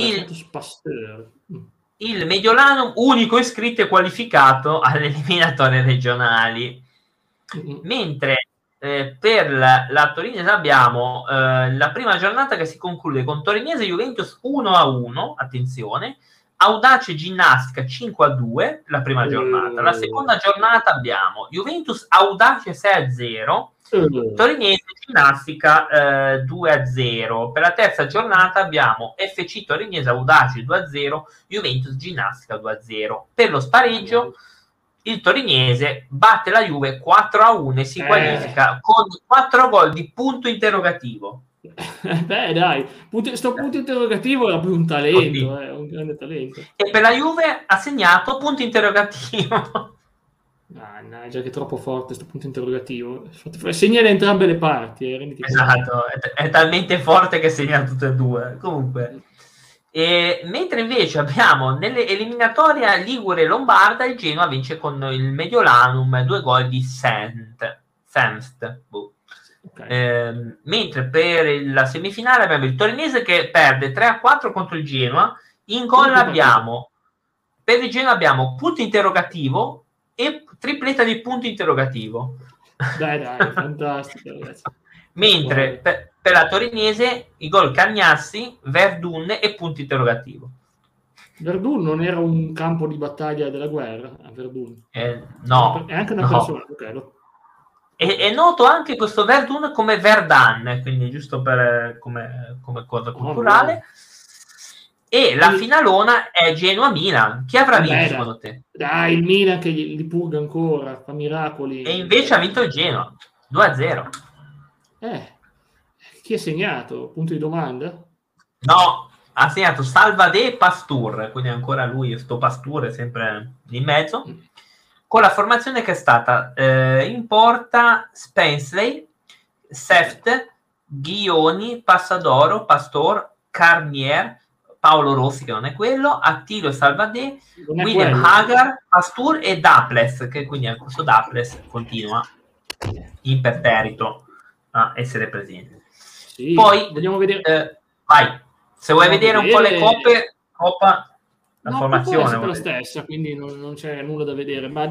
Il Mediolanum, unico iscritto e qualificato alle eliminatorie regionali. Mentre per la Torinese abbiamo la prima giornata che si conclude con Torinese Juventus 1-1, attenzione, Audace Ginnastica 5-2 la prima giornata. La seconda giornata abbiamo Juventus Audace 6-0, Torinese Ginnastica 2-0. Per la terza giornata abbiamo FC Torinese Audace 2-0, Juventus Ginnastica 2-0. Per lo spareggio il Torinese batte la Juve 4-1 e si qualifica con 4 gol di punto interrogativo. Beh, dai, sto punto interrogativo era più un talento, un grande talento. E per la Juve ha segnato punto interrogativo. Già che è troppo forte sto punto interrogativo. Segna da entrambe le parti. Esatto, è talmente forte che segna tutte e due. Comunque. Mentre invece abbiamo nelle eliminatorie Ligure e Lombarda, il Genoa vince con il Mediolanum 2 gol di Senft. Okay. Mentre per la semifinale abbiamo il Torinese che perde 3-4 contro il Genoa. In gol abbiamo per il Genoa abbiamo punto interrogativo e tripletta di punto interrogativo. Dai, fantastico, ragazzi. Mentre per la Torinese i gol Cagnassi, Verdun e punto interrogativo. Verdun non era un campo di battaglia della guerra? Verdun? No. È anche una persona, okay. È noto anche questo Verdun come Verdun, quindi giusto per come cosa culturale. E la finalona è Genoa-Milan. Chi avrà vinto secondo te? Dai, il Milan che li purga ancora, fa miracoli. E invece ha vinto il Genoa 2-0. Chi ha segnato? Punto di domanda? No, ha segnato Salvadé e Pastur, quindi ancora lui, sto Pastur è sempre in mezzo. Con la formazione che è stata in porta Spensley, Seft, Ghioni, Passadoro, Pastor, Carnier, Paolo Rossi che non è quello, Attilio Salvadé, William Hagar, Pastur e Daples, che quindi è questo Daples continua imperterrito a essere presente. Sì, poi vogliamo vedere vai, se vuoi vedere un po' le coppe, la formazione è sempre la stessa, quindi non c'è nulla da vedere, ma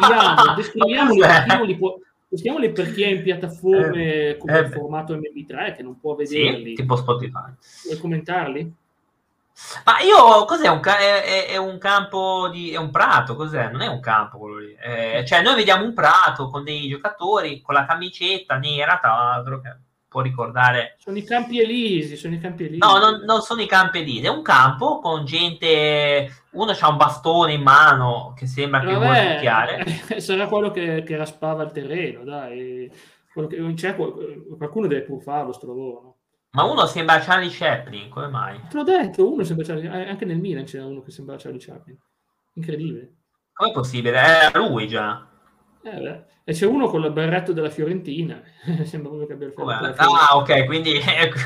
descriviamoli per chi è in piattaforme come il formato MP3 che non può vederli. Sì, tipo Spotify. Vuoi commentarli? Ma io, cos'è è un campo è un prato, cos'è? Non è un campo quello lì. Cioè, noi vediamo un prato con dei giocatori con la camicetta nera, tra l'altro, che può ricordare. Sono i campi elisi, sono i campi No, elisi. non sono i campi lì, è un campo con gente. Uno c'ha un bastone in mano che sembra che vuole succhiare. Sarà quello che raspava il terreno, dai. Qualcuno deve pur farlo, sto lavoro, no? Ma uno sembra Charlie Chaplin, come mai? Te l'ho detto, uno sembra anche nel Milan c'era uno che sembrava Charlie Chaplin. Incredibile. Com'è possibile? Era lui già. E c'è uno con il berretto della Fiorentina. Sembra proprio che abbia il berretto della Fiorentina. Ah, ok, quindi,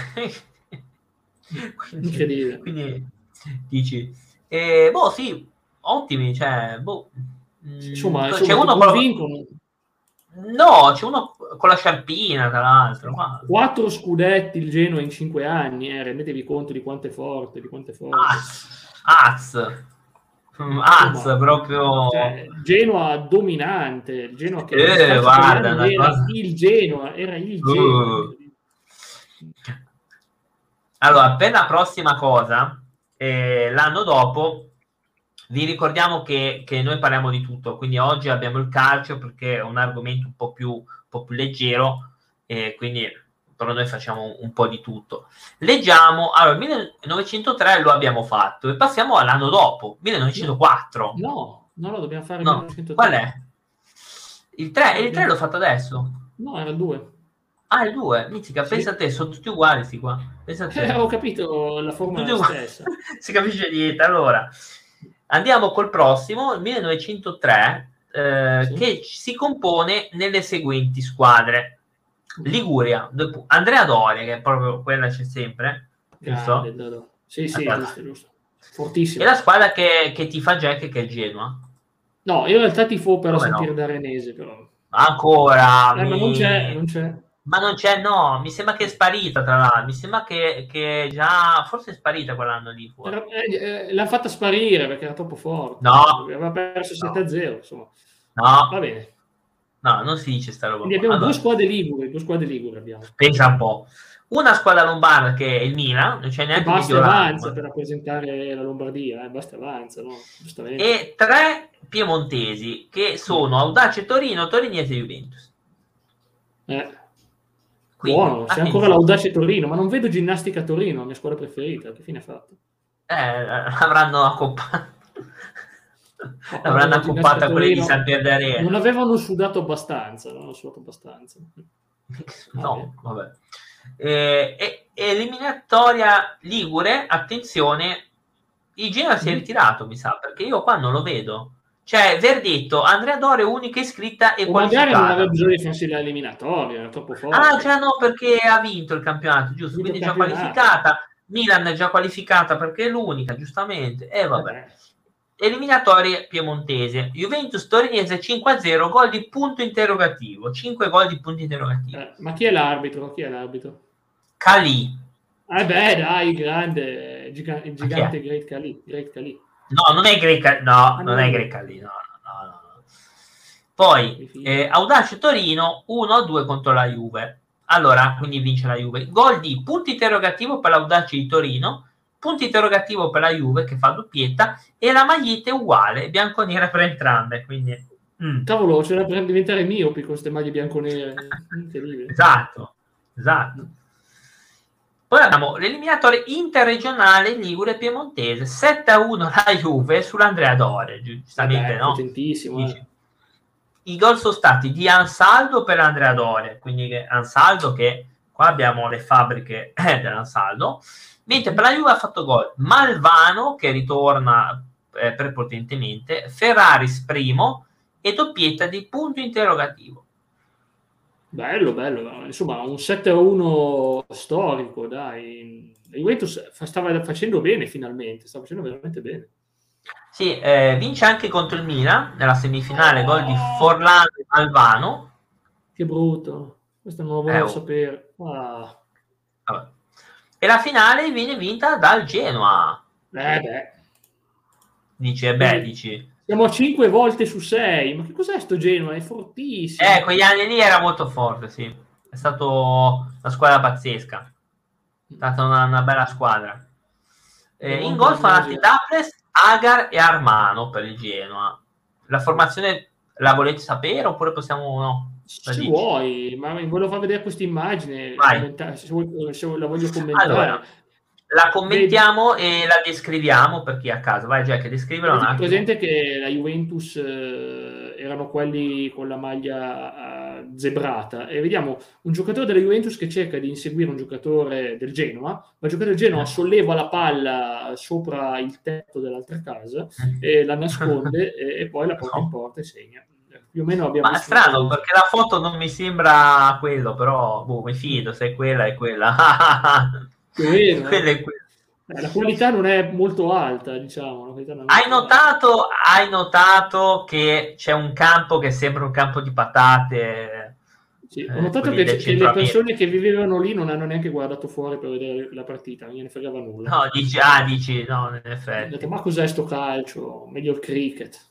Incredibile. quindi dici, boh, sì, ottimi, cioè, boh. Insomma, C'è uno vincono. No, c'è uno con la sciarpina, tra l'altro. 4 scudetti il Genoa in 5 anni, rendetevi conto di quanto è forte, Proprio. Cioè, Genoa dominante, il Genoa che guarda, una era cosa. il Genoa, Allora, per la prossima cosa, l'anno dopo, vi ricordiamo che noi parliamo di tutto, quindi oggi abbiamo il calcio perché è un argomento un po' più leggero, e quindi però noi facciamo un po' di tutto. Leggiamo, allora, il 1903 lo abbiamo fatto e passiamo all'anno dopo, 1904. No, non lo dobbiamo fare. No, 1903. qual è? Il 3 l'ho fatto adesso. No, era il 2. Ah, il 2, Mizzica, Sì. pensa a te, sono tutti uguali sti qua. Pensa a te. Ho capito, la forma è la stessa. Si capisce niente. Allora, andiamo col prossimo, il 1903, Sì. che si compone nelle seguenti squadre. Liguria, Andrea Doria, che è proprio quella c'è sempre, giusto? Grande, sì, giusto. Fortissimo. E la squadra che ti fa Jack, che è il Genoa. No, io in realtà tifo per la Come Sampdoria no? d'Arenese, però. Ancora, Ma non c'è. Ma non c'è, no, mi sembra che è sparita, tra l'altro, mi sembra che già, forse è sparita quell'anno lì fuori. L'ha fatta sparire perché era troppo forte. No. Aveva perso 7-0, insomma. No. Va bene. No, non si dice sta roba. Quindi abbiamo due squadre liguri abbiamo. Pensa un po'. Una squadra lombarda che è il Milan, non c'è neanche basta avanza per rappresentare la Lombardia, basta avanza, no? Giustamente. E 3 piemontesi che sono Audace Torino, Torinese e Juventus. Quindi, buono, c'è ancora l'Audace Torino, ma non vedo Ginnastica Torino, la mia squadra preferita. Che fine ha fatto? Avranno accoppato. L'avranno accoppata a quelli di San Pierdarena. Non avevano sudato abbastanza, non hanno sudato abbastanza. No, vabbè. Eliminatoria Ligure, attenzione, il Genoa si è ritirato, mi sa, perché io qua non lo vedo. Cioè, verdetto, Andrea Dore unica iscritta e qualificata. Magari non aveva bisogno di farsi l'eliminatoria, era troppo forte. Ah, già no, perché ha vinto il campionato, giusto? Quindi è già qualificata. Milan è già qualificata perché è l'unica, giustamente. E vabbè. Eliminatorie piemontese. Juventus Torinese 5-0, gol di punto interrogativo. 5 gol di punto interrogativo. Ma chi è l'arbitro? Calì. Dai, il gigante Great Calì. No, non è Great Calì. No, non è Great Calì. No. Poi Audace Torino 1-2 contro la Juve. Allora, quindi vince la Juve. Gol di punto interrogativo per l'Audace di Torino, punto interrogativo per la Juve che fa doppietta e la maglietta è uguale, bianconera per entrambe. Quindi, Cavolo, c'era per diventare miopi con queste maglie bianconere. Esatto. Poi abbiamo l'eliminatorio interregionale Ligure Piemontese 7-1 la Juve sull'Andrea Dore, giustamente, no? Potentissimo. I gol sono stati di Ansaldo per Andrea Dore, quindi Ansaldo, che qua abbiamo le fabbriche dell'Ansaldo, mentre per la Juve ha fatto gol Malvano, che ritorna prepotentemente, Ferraris primo e doppietta di punto interrogativo. Bello, insomma un 7-1 storico, dai. Juventus stava facendo bene finalmente, stava facendo veramente bene. Sì, vince anche contro il Milan nella semifinale, gol di Forlano e Malvano. Che brutto, questo non lo volevo sapere. E la finale viene vinta dal Genoa. Dici. Siamo a 5 volte su 6, ma che cos'è sto Genoa? È fortissimo. Quegli anni lì era molto forte, sì. È stato una squadra pazzesca. È stata una bella squadra. In gol sono andati Daples, Agar e Armano per il Genoa. La formazione la volete sapere oppure possiamo... No? Se vuoi, ma volevo far vedere questa immagine, se la voglio commentare. Allora, la commentiamo e la descriviamo per chi è a casa. Vai Jack, descrivila un attimo. Presente che la Juventus erano quelli con la maglia zebrata e vediamo un giocatore della Juventus che cerca di inseguire un giocatore del Genoa, ma il giocatore del Genoa solleva la palla sopra il tetto dell'altra casa e la nasconde e poi la porta in porta e segna. Più o meno abbiamo... Ma è strano perché la foto non mi sembra quello, però mi fido, se è quella è quella. Quella è quella. La qualità non è molto alta, diciamo. Hai notato che c'è un campo che sembra un campo di patate? Sì, ho notato che le persone che vivevano lì non hanno neanche guardato fuori per vedere la partita, non gliene fregava nulla. No, dici, no, in effetti. Ho detto, ma cos'è sto calcio? Meglio il cricket.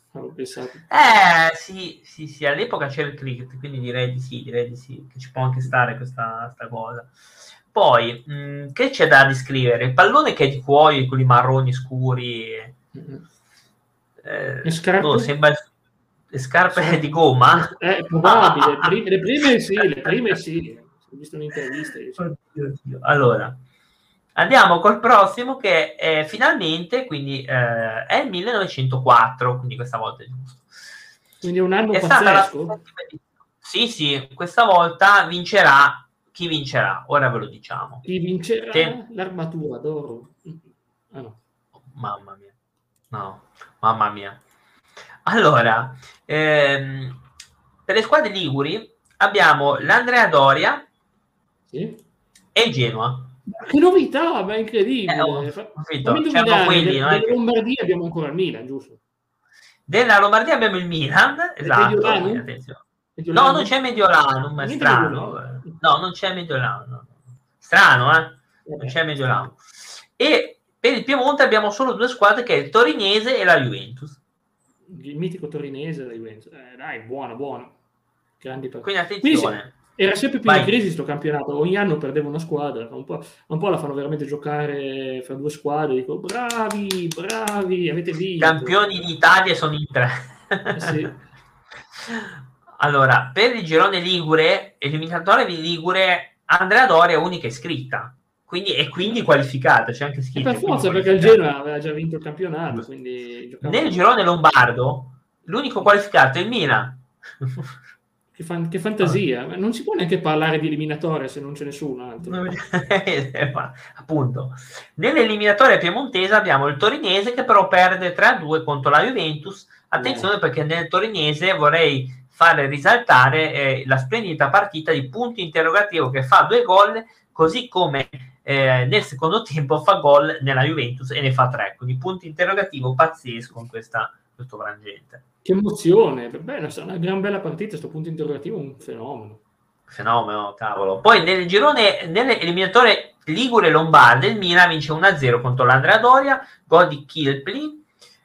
Sì, all'epoca c'era il cricket, quindi direi di sì, che ci può anche stare questa cosa. Poi, che c'è da descrivere? Il pallone che è di cuoio, quelli marroni scuri, sembra le scarpe di gomma? Probabile, le prime sì, ho visto un'intervista. Allora, andiamo col prossimo che è finalmente, quindi è il 1904, quindi questa volta è giusto. Quindi è un anno pazzesco? Sì, questa volta vincerà. Chi vincerà? Ora ve lo diciamo. Chi vincerà? L'armatura d'oro. Ah, no. Mamma mia. No, mamma mia. Allora, per le squadre liguri abbiamo l'Andrea Doria e il Genoa. Che novità, ma è incredibile. C'erano quelli, della Lombardia abbiamo ancora il Milan, giusto? Della Lombardia abbiamo il Milan, esatto. Attenzione. No, non c'è Mediolanum, è strano. No, non c'è Mediolanum. Strano, non c'è Mediolanum. E per il Piemonte abbiamo solo due squadre, che è il Torinese e la Juventus. Il mitico Torinese e la Juventus. Dai, buono. Grandi partite. Quindi attenzione. Era sempre più in crisi questo campionato, ogni anno perdeva una squadra, un po' la fanno veramente giocare fra due squadre, dico bravi, avete vinto. Campioni d'Italia sono in 3. Sì. Allora, per il girone ligure, eliminatoria di Ligure, Andrea Doria è unica iscritta, quindi qualificata, c'è anche scritto. Per forza, perché il Genoa aveva già vinto il campionato, quindi nel girone lombardo l'unico qualificato è il Milan. Che fantasia, non si può neanche parlare di eliminatoria se non c'è nessun altro. Appunto, nell'eliminatoria piemontese abbiamo il Torinese che però perde 3-2 contro la Juventus. Attenzione, perché nel Torinese vorrei fare risaltare la splendida partita di punto interrogativo che fa 2 gol, così come nel secondo tempo fa gol nella Juventus e ne fa 3, quindi punto interrogativo pazzesco in questo frangente. Che emozione, beh, è una gran bella partita, questo punto interrogativo è un fenomeno, cavolo. Poi nelle eliminatorie Ligure Lombarde il Milan vince 1-0 contro l'Andrea Doria, gol di Kilpli,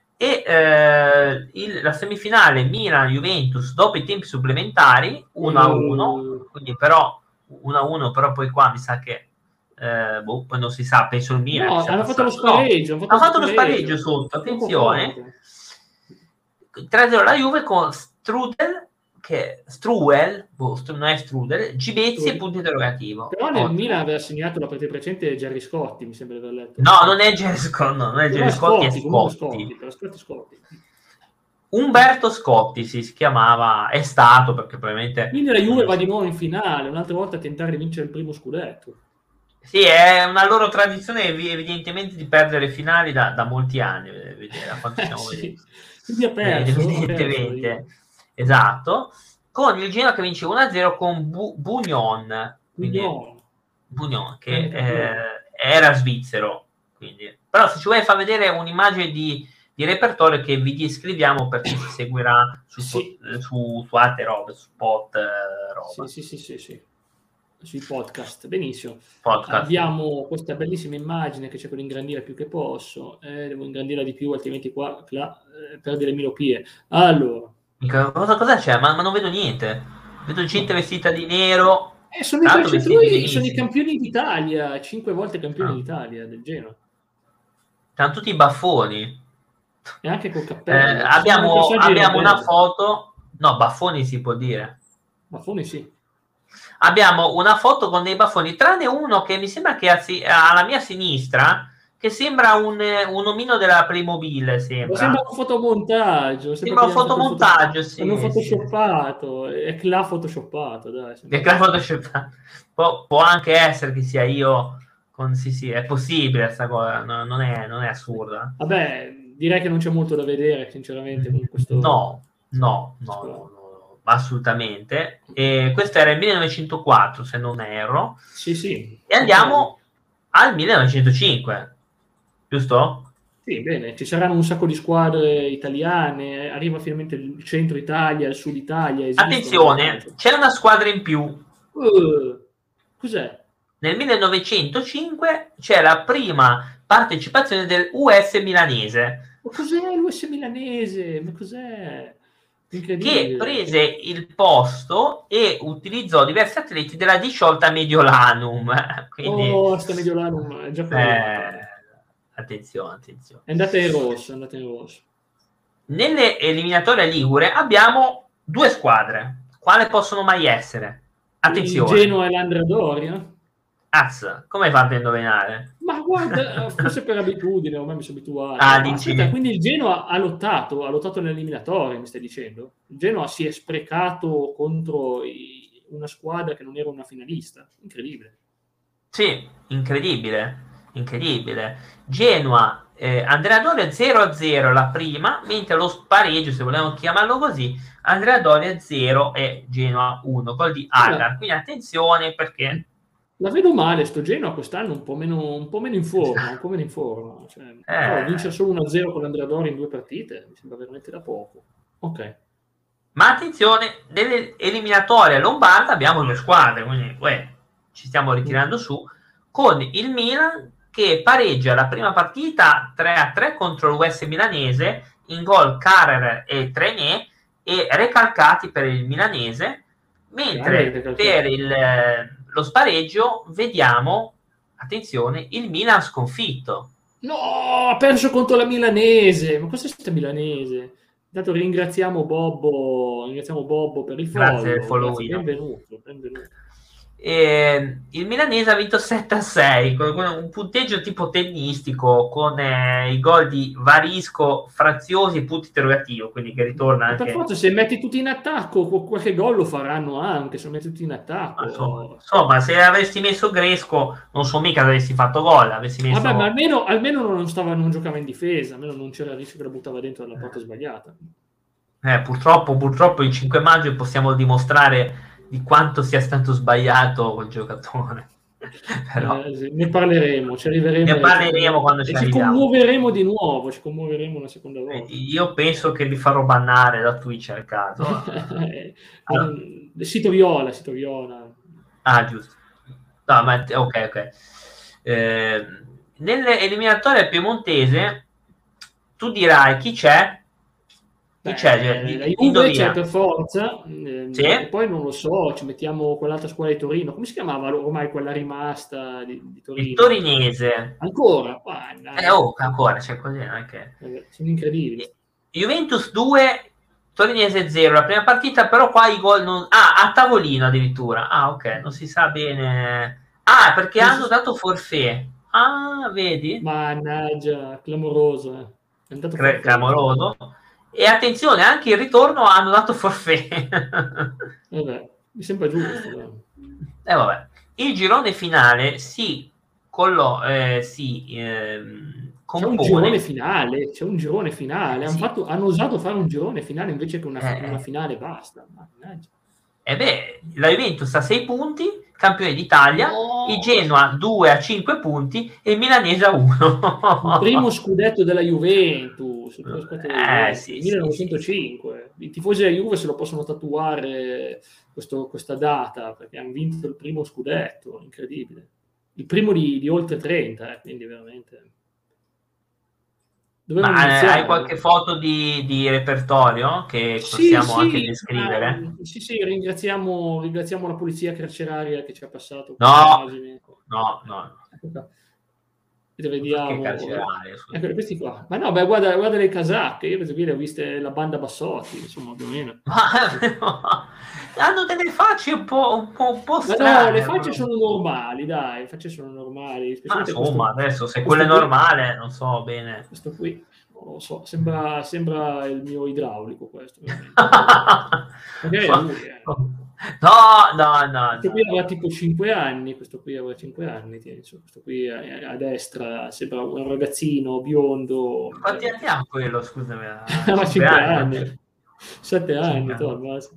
e la semifinale Milan-Juventus dopo i tempi supplementari 1-1, quindi però 1-1, però poi qua mi sa che poi non si sa, penso il Milan. No, hanno fatto lo spareggio. Hanno fatto lo spareggio sotto, attenzione. 3-0 la Juve con Struwel, non è Strudel, Gibezzi e punto interrogativo. Però nel Milan aveva segnato la partita precedente Gerry Scotti, mi sembra di aver letto. No, non è Gerry Scotti, non è Gerry Scotti, è Scotti. Umberto Scotti si chiamava, è stato, perché probabilmente... Quindi la Juve va di nuovo in finale, un'altra volta a tentare di vincere il primo scudetto. Sì, è una loro tradizione evidentemente di perdere finali da molti anni, sì. Quindi ha perso. Evidentemente. Esatto, con il Genoa che vince 1-0 con Bugnon, che era svizzero, quindi. Però se ci vuoi far vedere un'immagine di repertorio che vi descriviamo per chi si seguirà su altre robe, su spot roba. Sì. Sui podcast, benissimo. Podcast. Abbiamo questa bellissima immagine che cerco di ingrandire più che posso, devo ingrandirla di più, altrimenti qua perde le miopie. Allora, cosa c'è? Ma non vedo niente. Vedo gente vestita di nero. Sono i calciatori, sono i campioni d'Italia, 5 volte campioni d'Italia del Genoa. C'hanno tutti i baffoni. E anche col cappello. Abbiamo una foto. No, baffoni si può dire. Baffoni sì. Abbiamo una foto con dei baffoni, tranne uno che mi sembra che alla mia sinistra, che sembra un omino della Playmobil, Sembra un fotomontaggio. Sembra un fotomontaggio, sì. Hanno photoshoppato, è Cla photoshoppato, dai. Può anche essere che sia io sì, è possibile questa cosa, non è assurda. Vabbè, direi che non c'è molto da vedere, sinceramente, con questo... No, assolutamente. E questo era il 1904, se non erro. Sì. E andiamo al 1905, giusto? Sì, bene, ci saranno un sacco di squadre italiane, arriva finalmente il centro Italia, il sud Italia. Attenzione, c'è una squadra in più. Cos'è? Nel 1905 c'è la prima partecipazione del US milanese. Ma cos'è l'US milanese? Ma cos'è? Che prese il posto e utilizzò diversi atleti della disciolta Mediolanum. Quindi, sta Mediolanum è già attenzione. È andata in rosso. Nelle eliminatorie ligure abbiamo due squadre. Quale possono mai essere? Attenzione. Il Genoa e l'Andria-Doria? Come hai fatto a indovinare? Ma guarda, forse per abitudine, ormai mi sono abituato. Aspetta, quindi il Genoa ha lottato nell'eliminatoria, mi stai dicendo? Il Genoa si è sprecato contro una squadra che non era una finalista? Incredibile. Sì, incredibile. Genoa, Andrea-Doria 0-0 la prima, mentre lo spareggio, se vogliamo chiamarlo così, Andrea-Doria 0 e Genoa 1, gol di Agar. Quindi attenzione perché... La vedo male, sto Genoa quest'anno un po' meno in forma. Cioè, vincere solo 1-0 con l'Andrea-Doria in 2 partite mi sembra veramente da poco. Ok. Ma attenzione, nell'eliminatoria lombarda abbiamo 2 squadre, quindi ci stiamo ritirando su, con il Milan che pareggia la prima partita 3-3 contro l'US milanese, in gol Carrer e Trenet, e recalcati per il milanese, mentre per lo spareggio vediamo, attenzione, il Milan sconfitto. No, ha perso contro la milanese. Ma cos'è questa milanese? Intanto ringraziamo Bobbo per il follow. Grazie del follow. Benvenuto. Il milanese ha vinto 7-6 con un punteggio tipo tennistico, con i gol di Varisco, Fraziosi e punti interrogativo, quindi che ritorna anche... Per forza, se metti tutti in attacco qualche gol lo faranno anche, se metti tutti in attacco. Insomma, se avessi messo Gresco non so mica se avessi fatto gol, Vabbè, ma almeno non giocava in difesa, almeno non c'era il rischio che la buttava dentro dalla porta sbagliata. Purtroppo il 5 maggio possiamo dimostrare di quanto sia stato sbagliato quel giocatore. Però... ne parleremo, ci arriveremo. Ne parleremo quando ci arriviamo. Ci commuoveremo di nuovo, una seconda volta. Io penso che vi farò bannare da Twitch al caso. Allora. Sito viola. Ah, giusto. No, ma ok. Nell'eliminatoria piemontese tu dirai chi c'è? La Juve c'è per forza, sì? E poi non lo so, ci mettiamo quell'altra squadra di Torino, come si chiamava ormai quella rimasta di Torino? Il torinese. Ancora? Ancora, c'è così anche. Sono incredibili. Juventus 2, Torinese 0, la prima partita, però qua i gol non... a tavolino addirittura. Ok, non si sa bene. Perché hanno dato forfait. Vedi? Mannaggia, clamoroso. È andato clamoroso. E attenzione, anche il ritorno hanno dato forfait. Vabbè, mi sembra giusto. Vabbè. Il girone finale compone... C'è un girone finale. Sì. Hanno osato fare un girone finale invece che una finale basta. Mannaggia. La Juventus ha 6 punti, campione d'Italia, il Genoa 2 a 5 punti e il Milanese a 1. Il primo scudetto della Juventus, sì, 1905. I tifosi della Juve se lo possono tatuare questa data, perché hanno vinto il primo scudetto, incredibile. Il primo di oltre 30, quindi veramente... hai qualche foto di repertorio che possiamo anche descrivere? Sì, ringraziamo la polizia carceraria che ci ha passato. No. Vediamo. Che carcerari, Ecco, questi qua. Ma no, beh, guarda le casacche, io queste qui le ho viste la banda Bassotti, insomma, più o meno. Hanno delle facce un po' Ma strane. no, le facce sono normali, dai, le facce sono normali. Ma insomma, questo, adesso se quello è normale, non so bene. Questo qui, non lo so, sembra il mio idraulico questo. Magari è lui, No. Questo qui avrà tipo 5 anni, questo qui avrà 5 anni, questo qui a destra sembra un ragazzino biondo. Quanti anni ha quello, scusami? Ma 5 anni. 7 anni, basta.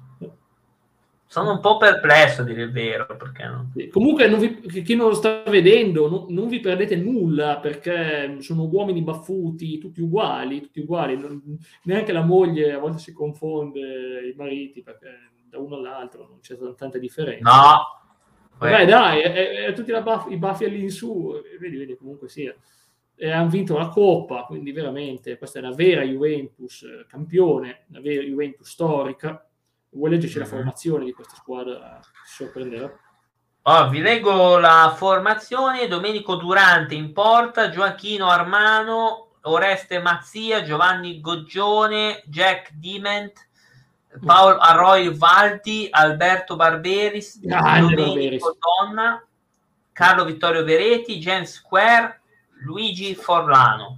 Sono un po' perplesso a dire il vero, perché no? Comunque chi non lo sta vedendo non vi perdete nulla, perché sono uomini baffuti, tutti uguali, neanche la moglie a volte si confonde, i mariti, perché da uno all'altro non c'è tanta differenza. No. Beh, dai, è tutti i baffi all'insù, vedi, comunque sia. E hanno vinto la Coppa, quindi veramente questa è una vera Juventus campione, una vera Juventus storica. Vuoi leggerci la formazione di questa squadra? Si sorprenderà. Vi leggo la formazione: Domenico Durante in porta, Gioacchino Armano, Oreste Mazzia, Giovanni Goggione, Jack Diment, Paolo Arroyo Valdi, Alberto Barberis, Domenico Donna, Carlo Vittorio Vereti, James Square, Luigi Forlano.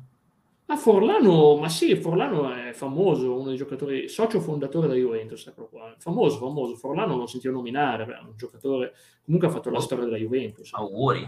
Forlano è famoso, uno dei giocatori, socio fondatore della Juventus, ecco qua. Famoso. Forlano non sentivo nominare, è un giocatore, comunque ha fatto la storia della Juventus. Auguri.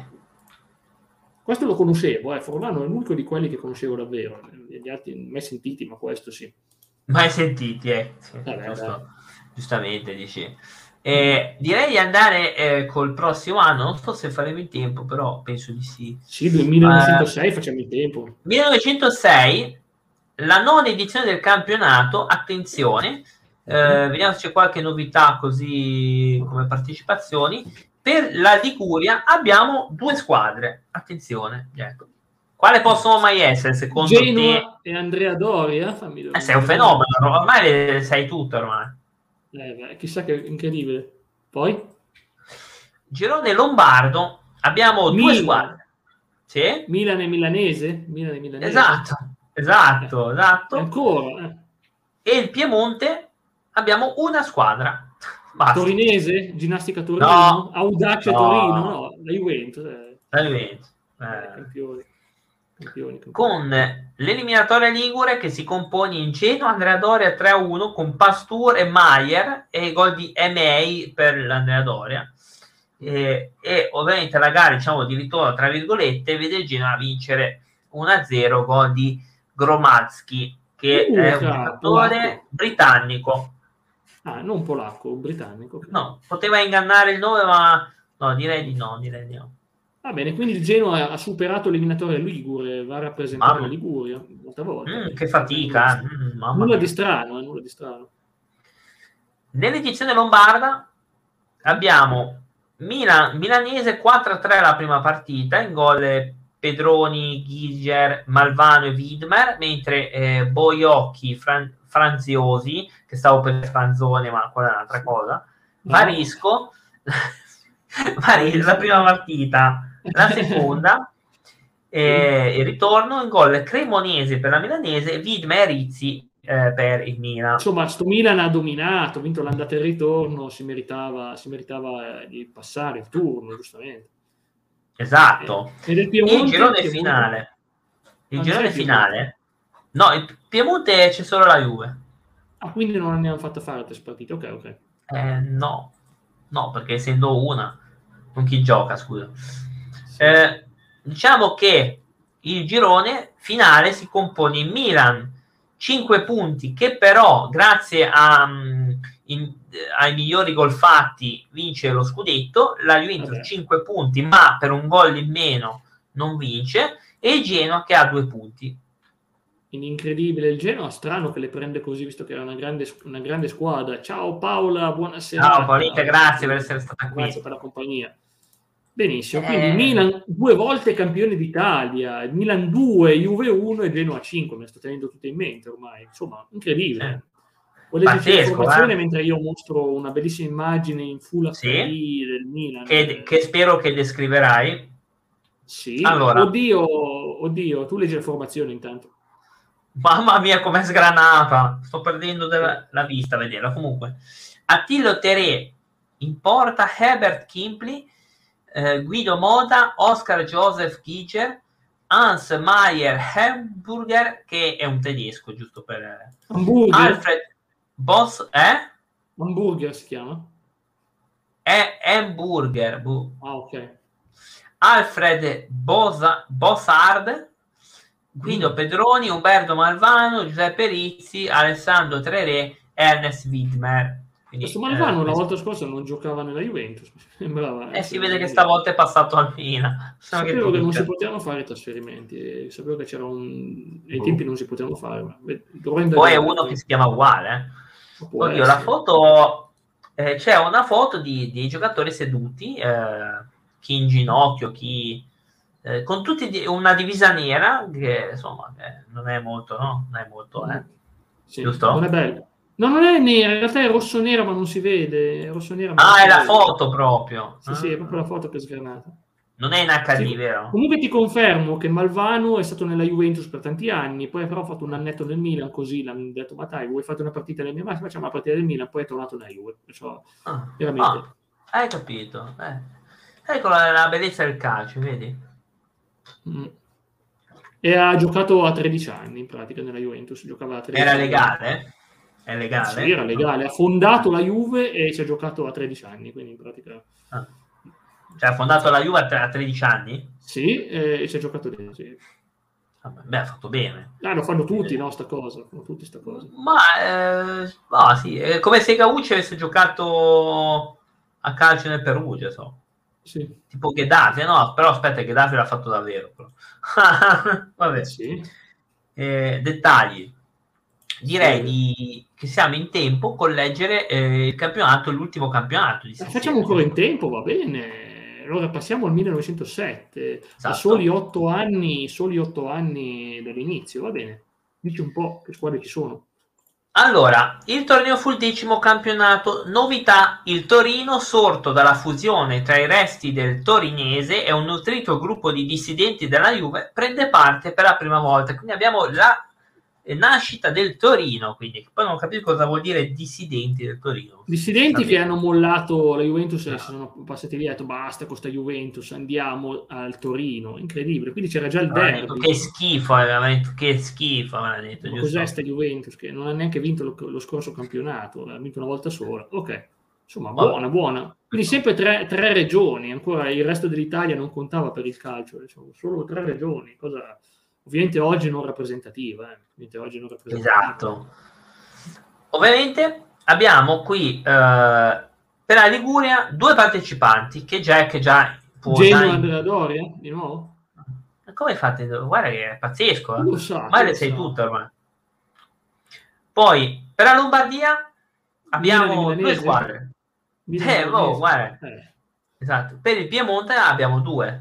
Questo lo conoscevo, Forlano è l'unico di quelli che conoscevo davvero, gli altri mai sentiti, ma questo sì. Mai sentiti, sì, giustamente dici. Direi di andare col prossimo anno, non so se faremo in tempo, però penso di sì. Sì, 1906 facciamo in tempo. 1906, la nona edizione del campionato, attenzione, vediamo se c'è qualche novità così come partecipazioni. Per la Liguria abbiamo 2 squadre, attenzione, ecco. Quale possono mai essere secondo Genoa te? E Andrea Doria? Sei un fenomeno, ormai sai tutto ormai. Chissà che incredibile. Poi? Girone lombardo, abbiamo 2 squadre. Sì? Milan e Milanese? Esatto. Ancora? E il Piemonte abbiamo una squadra. Basta. Torinese? Ginnastica Torino? No. Audace Torino? No, la Juventus. La Juventus. Campioni. Con l'eliminatoria ligure che si compone in Genoa, Andrea Doria 3-1 con Pastur e Maier e gol di M.A. per l'Andrea Doria. E ovviamente la gara, diciamo, di ritorno tra virgolette vede il Genoa vincere 1-0, gol di Gromadzki, che è un giocatore britannico. Non polacco, britannico. No, poteva ingannare il nome, ma no, direi di no. Va bene, quindi il Genoa ha superato l'eliminatoria ligure, va a rappresentare la Liguria molta volta. Che fatica. Nulla di strano. Nell'edizione lombarda abbiamo Milanese 4-3 la prima partita, in gol Pedroni, Giger, Malvano e Widmer, mentre Boiocchi, Franziosi, che stavo per Franzone, ma quella è un'altra cosa, Varisco, la prima partita, la seconda, il ritorno, in gol Cremonese per la Milanese, Widmer e Rizzi per il Milan. Insomma, sto Milan ha dominato, ha vinto l'andata e il ritorno, si meritava di passare il turno, giustamente. Esatto. Il girone finale. Il girone finale. No, il Piemonte c'è solo la Juve. Quindi non ne hanno fatto fare 3 partite. Ok. No, perché essendo una, non chi gioca, scusa. Diciamo che il girone finale si compone in Milan 5 punti, che però grazie ai migliori gol fatti vince lo scudetto, la Juventus 5 punti ma per un gol in meno non vince, e il Genoa che ha 2 punti. Quindi incredibile il Genoa, strano che le prende così visto che era una grande squadra. Ciao Paola, buonasera. Ciao Paolita, grazie per essere stata qui. Grazie per la compagnia. Benissimo, quindi Milan 2 volte campione d'Italia, Milan 2, Juve 1 e Genoa 5, me le sto tenendo tutte in mente ormai, insomma, incredibile. Vuoi leggerci la formazione mentre io mostro una bellissima immagine in Full HD del Milan? Che spero che descriverai. Sì, Allora, oddio, tu leggi le formazioni intanto. mamma mia, com'è sgranata! Sto perdendo la vista a vederla. Comunque, Attilio Teré in porta, Herbert Kimpli, Guido Moda, Oscar Joseph Giger, Hans Mayer Hamburger, che è un tedesco, giusto per... Hamburger? Alfred Boss, Hamburger si chiama? È Hamburger, Ah, ok. Alfred Bossard, Guido Pedroni, Umberto Malvano, Giuseppe Rizzi, Alessandro Treré, Ernest Widmer. Quindi, Questo Malvano la volta scorsa non giocava nella Juventus, sembrava si essere vede che inglese. stavolta è passato al Milan. Sapevo che non si potevano fare i trasferimenti, sapevo che c'era ai tempi non si potevano fare. Ma poi è uno che si chiama uguale. Oddio, la foto... c'è una foto di giocatori seduti, chi in ginocchio, chi... con tutti una divisa nera, che insomma non è molto, no? Non è molto, sì, giusto? Non è bello. No, non è nera, in realtà è rosso-nera, ma non si vede. È rosso-nera, ma Ah, è la vede. foto proprio. Sì, è proprio la foto che è sgranata. Non è in HD, Sì, vero? comunque ti confermo che Malvano è stato nella Juventus per tanti anni, poi però ha fatto un annetto nel Milan, così l'hanno detto, ma dai, vuoi fare una partita nel Milan? Ma facciamo una partita del Milan, poi è tornato nella Juve. Perciò, veramente. Hai capito. Ecco la bellezza del calcio, vedi? E ha giocato a 13 anni, in pratica, nella Juventus. Giocava a 13 Era anni. legale? È legale? Sì, era legale. Ha fondato la Juve e ci ha giocato a 13 anni, quindi in pratica... Cioè ha fondato la Juve a 13 anni? Sì, e ci ha giocato dentro, sì. Beh, ha fatto bene. Lo fanno tutti, no, sta cosa. Fanno tutti sta cosa. Ma sì, è come se Gaucci avesse giocato a calcio nel Perugia, so. Sì. Tipo Gheddafi, no, però aspetta, Gheddafi l'ha fatto davvero. Vabbè. Sì. Dettagli. Direi che siamo in tempo con leggere il campionato, l'ultimo campionato di stasera. Facciamo ancora in tempo, va bene. Allora passiamo al 1907, esatto. A soli 8 anni dall'inizio, va bene. Dici un po' che squadre ci sono. Allora, il torneo fu il 10° campionato. Novità: il Torino, sorto dalla fusione tra i resti del torinese e un nutrito gruppo di dissidenti della Juve, prende parte per la prima volta. Quindi abbiamo la nascita del Torino, quindi poi non capisco cosa vuol dire dissidenti del Torino. Dissidenti che hanno mollato la Juventus e si sono passati via e detto basta con sta Juventus, andiamo al Torino, incredibile. Quindi c'era già il derby. Che schifo, veramente, che schifo, aveva detto. Ma cos'è sta Juventus che non ha neanche vinto lo scorso campionato, l'ha vinto una volta sola. Ok, insomma, buona. Quindi sempre tre regioni, ancora il resto dell'Italia non contava per il calcio, diciamo, solo 3 regioni, cosa ovviamente oggi non rappresentativa. Esatto. Ovviamente abbiamo qui per la Liguria 2 partecipanti che già Genoa Andrea Doria di nuovo? Come fate? Guarda che è pazzesco, Lo so, ma le sei tutto ormai. Poi per la Lombardia abbiamo 2 squadre. Guarda. Esatto. Per il Piemonte abbiamo 2.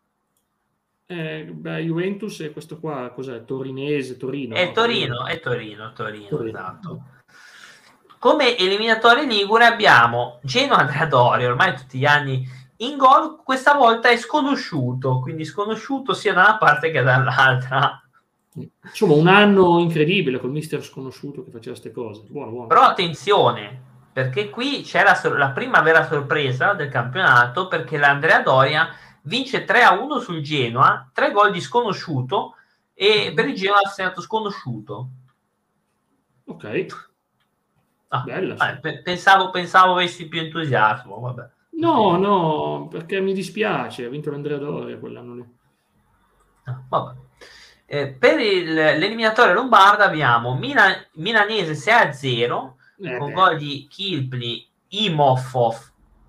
Juventus e questo qua cos'è? Torino. È Torino, esatto. Come eliminatori ligure abbiamo Genoa Andrea Doria, ormai tutti gli anni in gol, questa volta è sconosciuto, quindi sconosciuto sia da una parte che dall'altra. Insomma, un anno incredibile col mister sconosciuto che faceva queste cose. Buono. Però attenzione, perché qui c'era la prima vera sorpresa del campionato, perché l'Andrea Doria vince 3-1 sul Genoa, 3 gol di sconosciuto, e per il Genoa ha segnato sconosciuto. Ok. Bella. Pensavo avessi più entusiasmo, vabbè. No, perché mi dispiace, ha vinto l'Andrea Doria quell'anno lì. Vabbè. Per l'eliminatoria lombarda abbiamo Milanese 6-0 con gol di Kilpli, Imhoff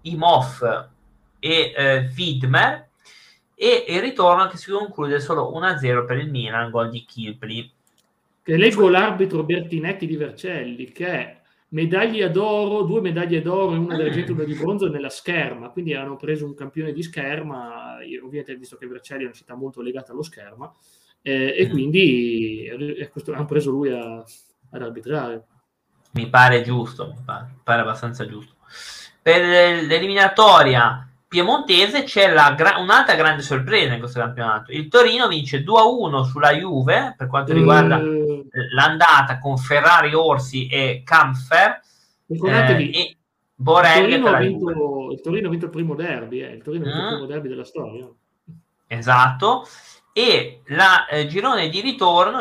e Widmer, e il ritorno che si conclude solo 1-0 per il Milan, gol di Kilpli. Che leggo l'arbitro Bertinetti di Vercelli, che è 2 medaglie d'oro e una d'argento e una di bronzo nella scherma, quindi hanno preso un campione di scherma, ovviamente visto che Vercelli è una città molto legata allo scherma, e quindi hanno preso lui ad arbitrare. Mi pare giusto, mi pare abbastanza giusto. Per l'eliminatoria piemontese c'è un'altra grande sorpresa in questo campionato. Il Torino vince 2-1 sulla Juve per quanto riguarda l'andata con Ferrari, Orsi e Kampfer. E Borelli per la Juve. Il Torino ha vinto il primo derby, il Torino ha vinto il primo derby della storia. Esatto. E il girone di ritorno,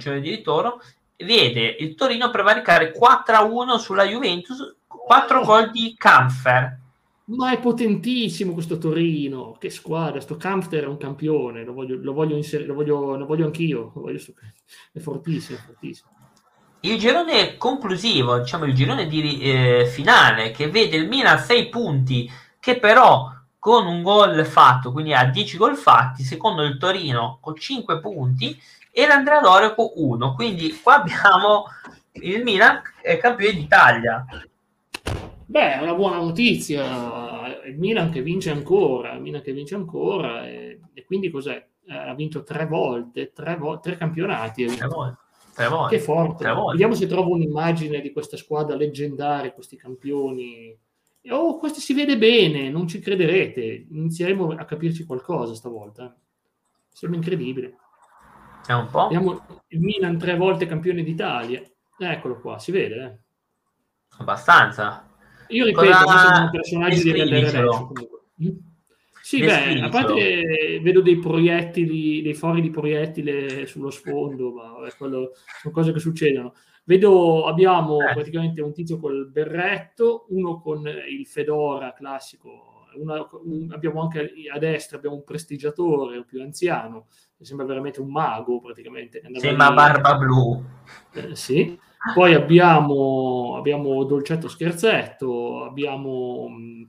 vede il Torino prevaricare 4-1 sulla Juventus, 4 gol di Kampfer. Ma è potentissimo questo Torino, che squadra, sto Kampfer è un campione, lo voglio anch'io, è fortissimo. Il girone conclusivo, diciamo il girone di finale, che vede il Milan a 6 punti, che però con un gol fatto, quindi a 10 gol fatti, secondo il Torino con 5 punti e l'Andrea Doria con 1, quindi qua abbiamo il Milan campione d'Italia. Beh, è una buona notizia, il Milan che vince ancora, e quindi cos'è? Ha vinto 3 volte, 3 campionati. 3 volte. Che forte. Vediamo se trovo un'immagine di questa squadra leggendaria, questi campioni. Questo si vede bene, non ci crederete. Inizieremo a capirci qualcosa stavolta. Sembra incredibile. È un po'. Vediamo il Milan 3 volte campione d'Italia. Eccolo qua, si vede. Abbastanza. Io ripeto, sono personaggi di Red Dead Redemption. Sì, a parte vedo dei proiettili, dei fori di proiettile sullo sfondo, ma quello sono cose che succedono. Abbiamo praticamente un tizio col berretto, uno con il fedora classico, abbiamo anche a destra abbiamo un prestigiatore, un più anziano, che sembra veramente un mago praticamente. Sembra barba blu. Sì. Poi abbiamo Dolcetto Scherzetto, abbiamo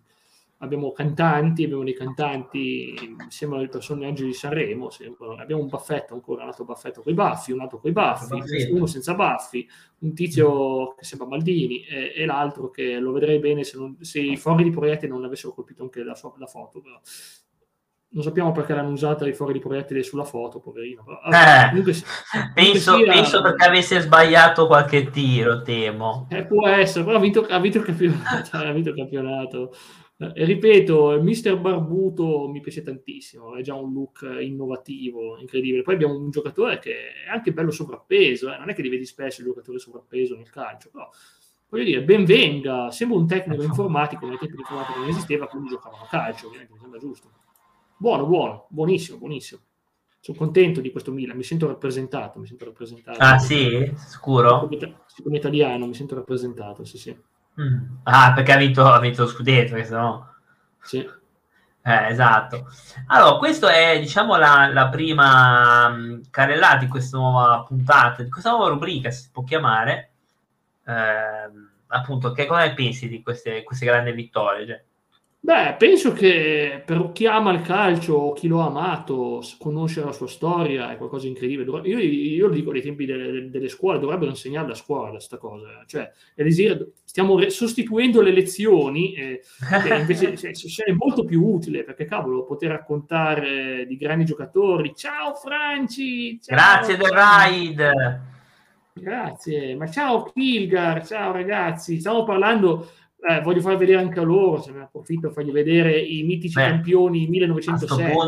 dei cantanti, sembrano i personaggi di Sanremo, abbiamo un baffetto ancora, un altro baffetto con i baffi, un altro con i baffi, uno senza baffi, un tizio che sembra Maldini e l'altro che lo vedrei bene se i fori di proiettili non avessero colpito anche la foto, però non sappiamo perché l'hanno usata i fori di proiettili sulla foto, poverino. Penso perché avesse sbagliato qualche tiro, temo. Può essere, però ha vinto il campionato. Ripeto, il Mister Barbuto mi piace tantissimo, è già un look innovativo, incredibile. Poi abbiamo un giocatore che è anche bello sovrappeso, non è che li vedi spesso il giocatore sovrappeso nel calcio, però voglio dire, ben venga, sembra un tecnico informatico, ma ai tempi di informatica non esisteva, quindi giocavano a calcio, ovviamente mi sembra giusto. Buonissimo. Sono contento di questo Milan, mi sento rappresentato. Ah sì? Sicuro? Come italiano mi sento rappresentato, sì. Perché ha vinto lo scudetto, se no... Sì. Esatto. Allora, questo è, diciamo, la prima carrellata di questa nuova puntata, di questa nuova rubrica, si può chiamare. Appunto, che cosa ne pensi di queste grandi vittorie? Cioè? Beh, penso che per chi ama il calcio o chi lo ha amato, conoscere la sua storia è qualcosa di incredibile. Io lo dico ai tempi delle scuole, dovrebbero insegnare a scuola questa cosa. Cioè, stiamo sostituendo le lezioni, e invece è molto più utile, perché cavolo, poter raccontare di grandi giocatori. Ciao Franci! Ciao, grazie del ride! Grazie, ma ciao Kilgar, ciao ragazzi, stiamo parlando... voglio far vedere anche a loro, se ne approfitto, fargli vedere i mitici campioni 1907. A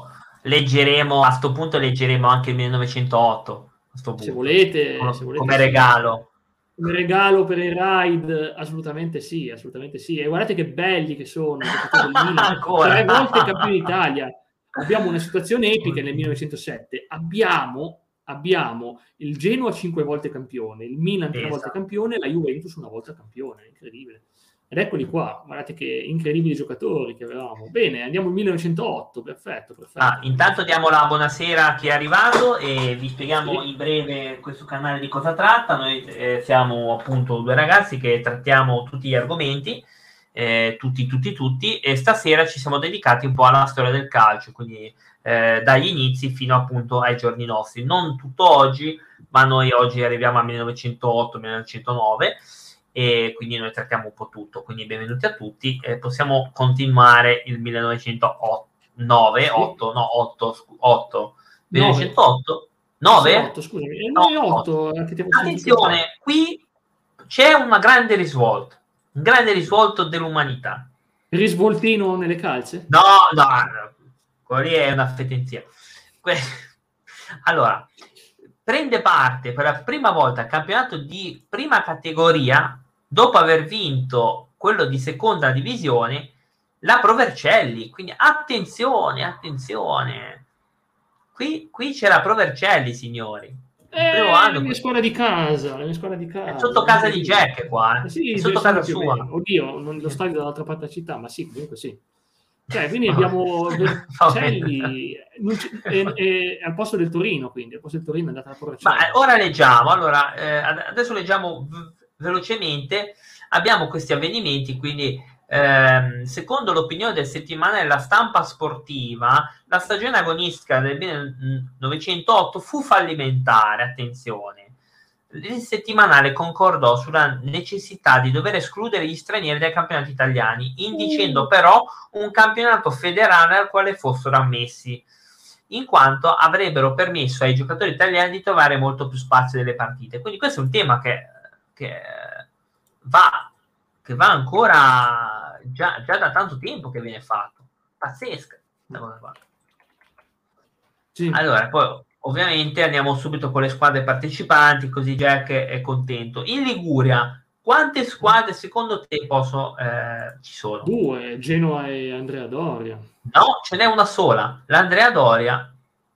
sto punto leggeremo anche il 1908. Se volete, come regalo. Come regalo per il ride, assolutamente sì. E guardate che belli che sono. 3 volte campioni d'Italia. Abbiamo una situazione epica nel 1907. Abbiamo il Genoa 5 volte campione, il Milan 3 volte campione, la Juventus 1 volta campione, incredibile. Ed eccoli qua, guardate che incredibili giocatori che avevamo. Bene, andiamo al 1908, perfetto. Intanto diamo la buonasera a chi è arrivato e vi spieghiamo in breve questo canale di cosa tratta. Noi siamo appunto 2 ragazzi che trattiamo tutti gli argomenti, tutti, e stasera ci siamo dedicati un po' alla storia del calcio, quindi dagli inizi fino appunto ai giorni nostri. Non tutto oggi, ma noi oggi arriviamo al 1908-1909 e quindi noi trattiamo un po' tutto, quindi benvenuti a tutti. Possiamo continuare il 1908 1908 9? Scusami, 8. Attenzione, qui c'è un grande risvolto dell'umanità. Risvoltino nelle calze? No, quello lì è una fetenzia. Allora, prende parte per la prima volta al campionato di prima categoria dopo aver vinto quello di seconda divisione, la Pro Vercelli. Quindi attenzione. Qui c'è la Pro Vercelli, signori. Il primo anno La mia scuola di casa. è sotto casa di Jack qua, sì, è sotto casa più o sua. meno. Oddio, non lo stadio dall'altra parte della città, ma sì, comunque sì. Cioè, quindi abbiamo Vercelli è al posto del Torino, quindi al posto del Torino è andata la Pro Vercelli. Ma ora leggiamo, allora, adesso leggiamo velocemente, abbiamo questi avvenimenti, quindi secondo l'opinione del settimanale La Stampa Sportiva, la stagione agonistica del 1908 fu fallimentare, attenzione. Il settimanale concordò sulla necessità di dover escludere gli stranieri dai campionati italiani, indicendo però un campionato federale al quale fossero ammessi, in quanto avrebbero permesso ai giocatori italiani di trovare molto più spazio delle partite. Quindi questo è un tema che va ancora già da tanto tempo che viene fatto. Pazzesca. Sì. Allora, poi ovviamente andiamo subito con le squadre partecipanti, così Jack è contento. In Liguria, quante squadre secondo te ci sono? 2, Genoa e Andrea Doria. No, ce n'è una sola, l'Andrea Doria.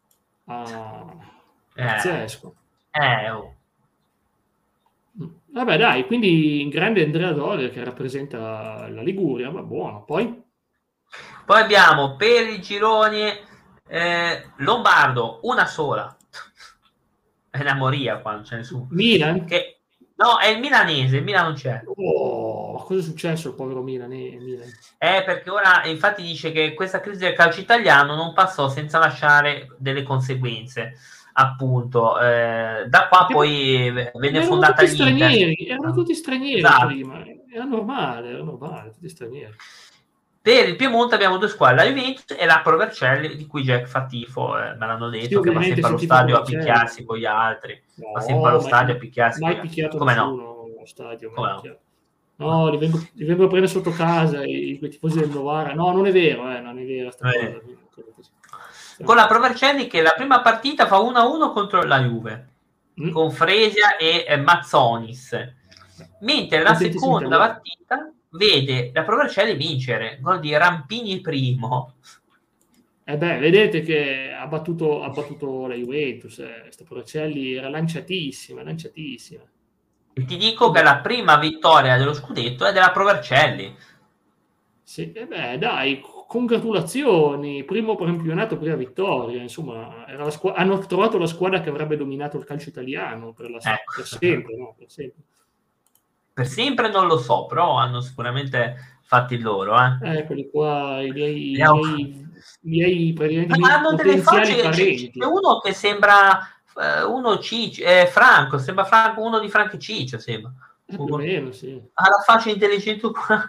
Pazzesco. Oh. Vabbè, dai, quindi in grande Andrea Doria che rappresenta la Liguria, ma buono. Poi abbiamo per il girone Lombardo, una sola. È una moria qua, non c'è nessuno. Milan? No, è il milanese, il Milan non c'è. Oh, cosa è successo al povero Milan? Perché ora infatti dice che questa crisi del calcio italiano non passò senza lasciare delle conseguenze, appunto. Da qua poi venne fondata l'Inter. Erano tutti stranieri, esatto. Prima. Era normale, tutti stranieri. Per il Piemonte abbiamo 2 squadre, la Juventus e la Pro Vercelli, di cui Jack fa tifo, me l'hanno detto, che va sempre allo stadio a picchiarsi con gli altri. Va sempre allo stadio a picchiarsi. Mai picchiato come nessuno allo stadio. Come no, li vengo a prendere sotto casa i tifosi del Novara. No, non è vero, non è vero. Con la Pro Vercelli che la prima partita fa 1-1 contro la Juve, con Fresia e Mazzonis, mentre la seconda partita vede la Pro Vercelli vincere, gol di Rampini primo. Vedete che ha battuto la Juventus, sta Pro Vercelli era lanciatissima. E ti dico che la prima vittoria dello scudetto è della Pro Vercelli. Sì, dai, congratulazioni, primo campionato, prima vittoria, insomma, hanno trovato la squadra che avrebbe dominato il calcio italiano per sempre, no? Per sempre. Per sempre non lo so, però hanno sicuramente fatti il loro. Quelli qua, i miei praticamente hanno delle facce. C'è uno che sembra Franco, sembra Franco, uno di Franco e Ciccio, sembra. Più o meno, sì. Ha la faccia intelligente qua.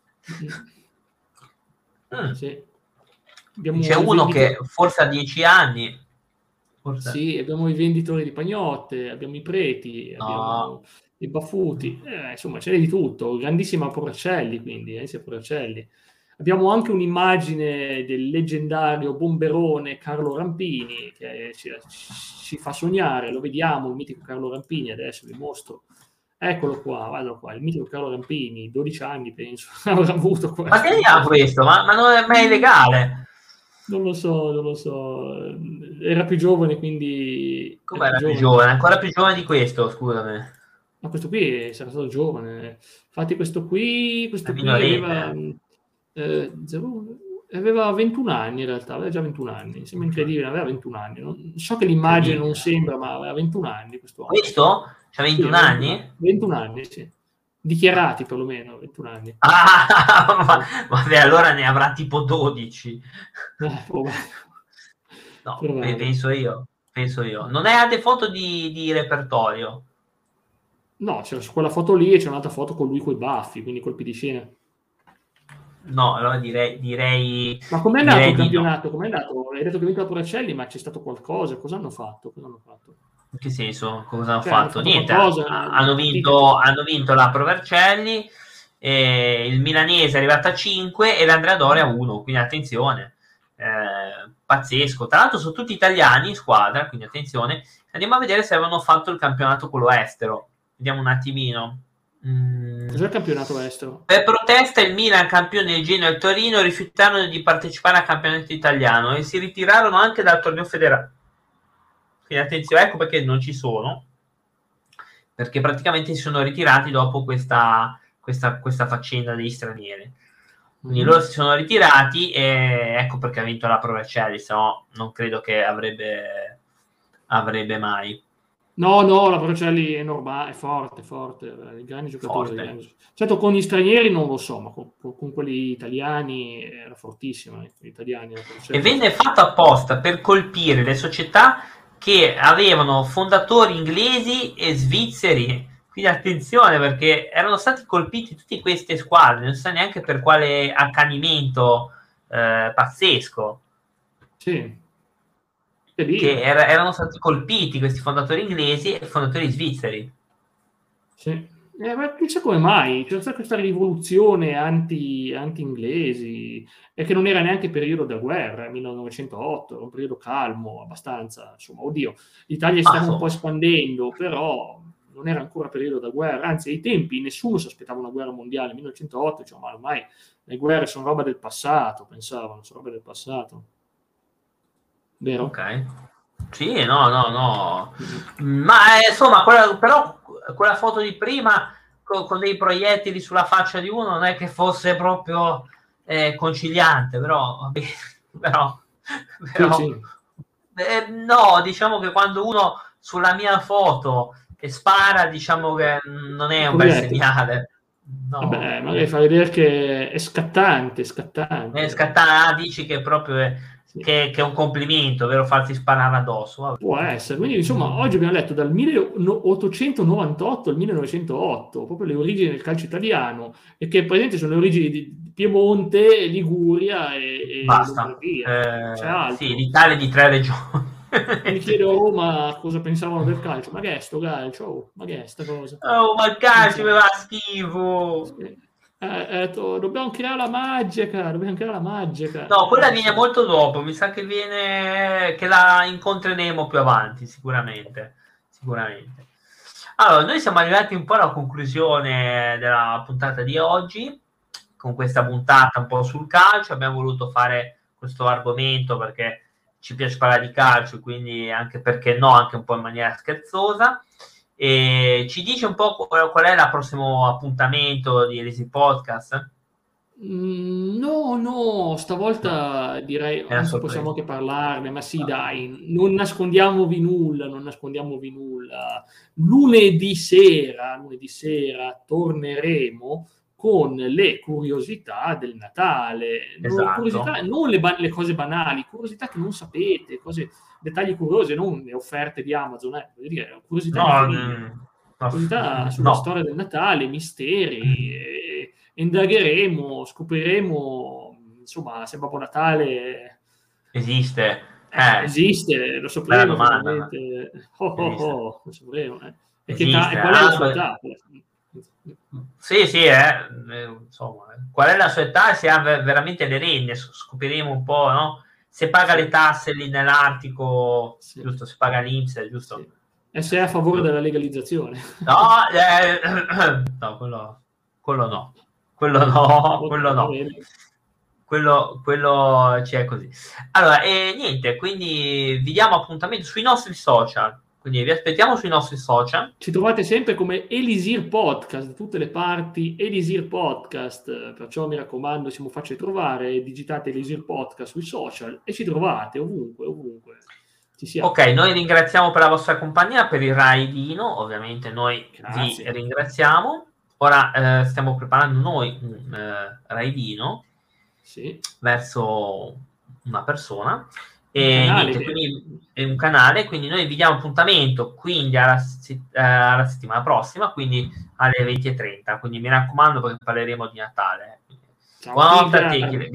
Sì. C'è uno che forse ha 10 anni. Sì, abbiamo i venditori di pagnotte, abbiamo i preti, abbiamo i baffuti, insomma c'è di tutto, grandissima Pro Vercelli, quindi Pro Vercelli. Abbiamo anche un'immagine del leggendario bomberone Carlo Rampini che ci fa sognare, lo vediamo, il mitico Carlo Rampini, adesso vi mostro. Eccolo qua, guardalo qua, il mitico Carlo Rampini, 12 anni penso, avrà avuto questo. Ma che ha questo? Ma non è mai legale? Non lo so, era più giovane, quindi... Come era più giovane? Ancora più giovane di questo, scusami. Ma questo qui sarà stato giovane. Infatti questo qui aveva 21 anni in realtà, aveva già 21 anni, sembra incredibile, aveva 21 anni. Non so che l'immagine non sembra, ma aveva 21 anni questo uomo. Questo? C'ha 21 anni? 21 anni, sì. Dichiarati perlomeno, 21 anni. Vabbè, allora ne avrà tipo 12. No, penso io. Non è a foto di repertorio? No, c'è quella foto lì e c'è un'altra foto con lui coi baffi, quindi colpi di scena. No, allora direi... Ma com'è andato il campionato? Com'è andato? Hai detto che ha vinto la Pro Vercelli, ma c'è stato qualcosa? Cosa hanno fatto? In che senso? Cosa hanno fatto? Niente, hanno vinto la Pro Vercelli, il milanese è arrivato a 5 e l'Andrea Doria a 1, quindi attenzione, pazzesco. Tra l'altro sono tutti italiani in squadra, quindi attenzione. Andiamo a vedere se avevano fatto il campionato quello estero, vediamo un attimino. Cos'è il campionato estero? Per protesta il Milan, campione del Genoa e il Torino, rifiutarono di partecipare al campionato italiano e si ritirarono anche dal torneo federale. Quindi attenzione, ecco perché non ci sono, perché praticamente si sono ritirati dopo questa faccenda degli stranieri. Quindi loro si sono ritirati e ecco perché ha vinto la Pro Vercelli, se no non credo che avrebbe mai. No, la Vercelli è normale, è forte, grandi giocatori. Certo, con gli stranieri non lo so, ma con quelli italiani era fortissima. Gli italiani, e venne fatto apposta per colpire le società che avevano fondatori inglesi e svizzeri. Quindi attenzione, perché erano stati colpiti tutte queste squadre, non si sa neanche per quale accanimento pazzesco. Sì. Che erano stati colpiti questi fondatori inglesi e fondatori svizzeri. Sì. Ma chissà come mai, c'è stata questa rivoluzione anti-inglesi, e che non era neanche periodo da guerra, 1908, era un periodo calmo, abbastanza, insomma, oddio, l'Italia stava un po' espandendo, però non era ancora periodo da guerra, anzi ai tempi nessuno si aspettava una guerra mondiale, 1908, cioè, ma ormai le guerre sono roba del passato, pensavano, sono roba del passato. Vero? Ok. Sì, no. Ma insomma, però quella foto di prima con dei proiettili sulla faccia di uno non è che fosse proprio conciliante, però Sì. no, diciamo che quando uno sulla mia foto che spara, diciamo che non è un bel segnale. No. Vabbè, magari fa vedere che è scattante. Dici che proprio che è un complimento, vero? Farsi sparare addosso. Vabbè. Può essere. Quindi, insomma, oggi abbiamo letto dal 1898 al 1908, proprio le origini del calcio italiano, e che presenti sono le origini di Piemonte, Liguria e Basta. Sì, l'Italia di 3 regioni. Mi chiedo a Roma cosa pensavano del calcio. Ma che è sto calcio? Ma che è sta cosa? Oh, ma il calcio mi va schifo. Sì. Dobbiamo creare la magica. No, quella viene molto dopo. Mi sa che la incontreremo più avanti, sicuramente. Allora, noi siamo arrivati un po' alla conclusione della puntata di oggi. Con questa puntata un po' sul calcio abbiamo voluto fare questo argomento perché ci piace parlare di calcio, quindi anche perché no, anche un po' in maniera scherzosa. E ci dice un po' qual è il prossimo appuntamento di Easy Podcast? No, stavolta direi anzi possiamo anche parlarne, ma sì, dai, non nascondiamovi nulla. Lunedì sera torneremo con le curiosità del Natale. Esatto. Curiosità, non le cose banali, curiosità che non sapete, dettagli curiosi, non le offerte di Amazon, voglio dire, curiosità sulla storia del Natale, misteri, e indagheremo, scopriremo, insomma, se Babbo Natale esiste. Esiste, lo sapremo veramente. Lo sapremo. E qual è la sua età? Sì, insomma, qual è la sua età, se ha veramente le renne, scopriremo un po', no? Se paga le tasse lì nell'Artico, giusto? Se paga l'INPS, giusto? Sì. E se è a favore della legalizzazione? No, quello no. Quello c'è così. Allora, niente, quindi vi diamo appuntamento sui nostri social. Quindi vi aspettiamo sui nostri social. Ci trovate sempre come Elisir Podcast, da tutte le parti, Elisir Podcast, perciò mi raccomando, siamo facili trovare, digitate Elisir Podcast sui social e ci trovate ovunque. Ci siamo. Ok, noi ringraziamo per la vostra compagnia, per il raidino, ovviamente noi vi ringraziamo. Ora stiamo preparando noi un raidino verso una persona. Quindi è un canale, quindi noi vi diamo appuntamento quindi alla settimana prossima, quindi alle 20:30, quindi mi raccomando perché parleremo di Natale. Buonanotte a te,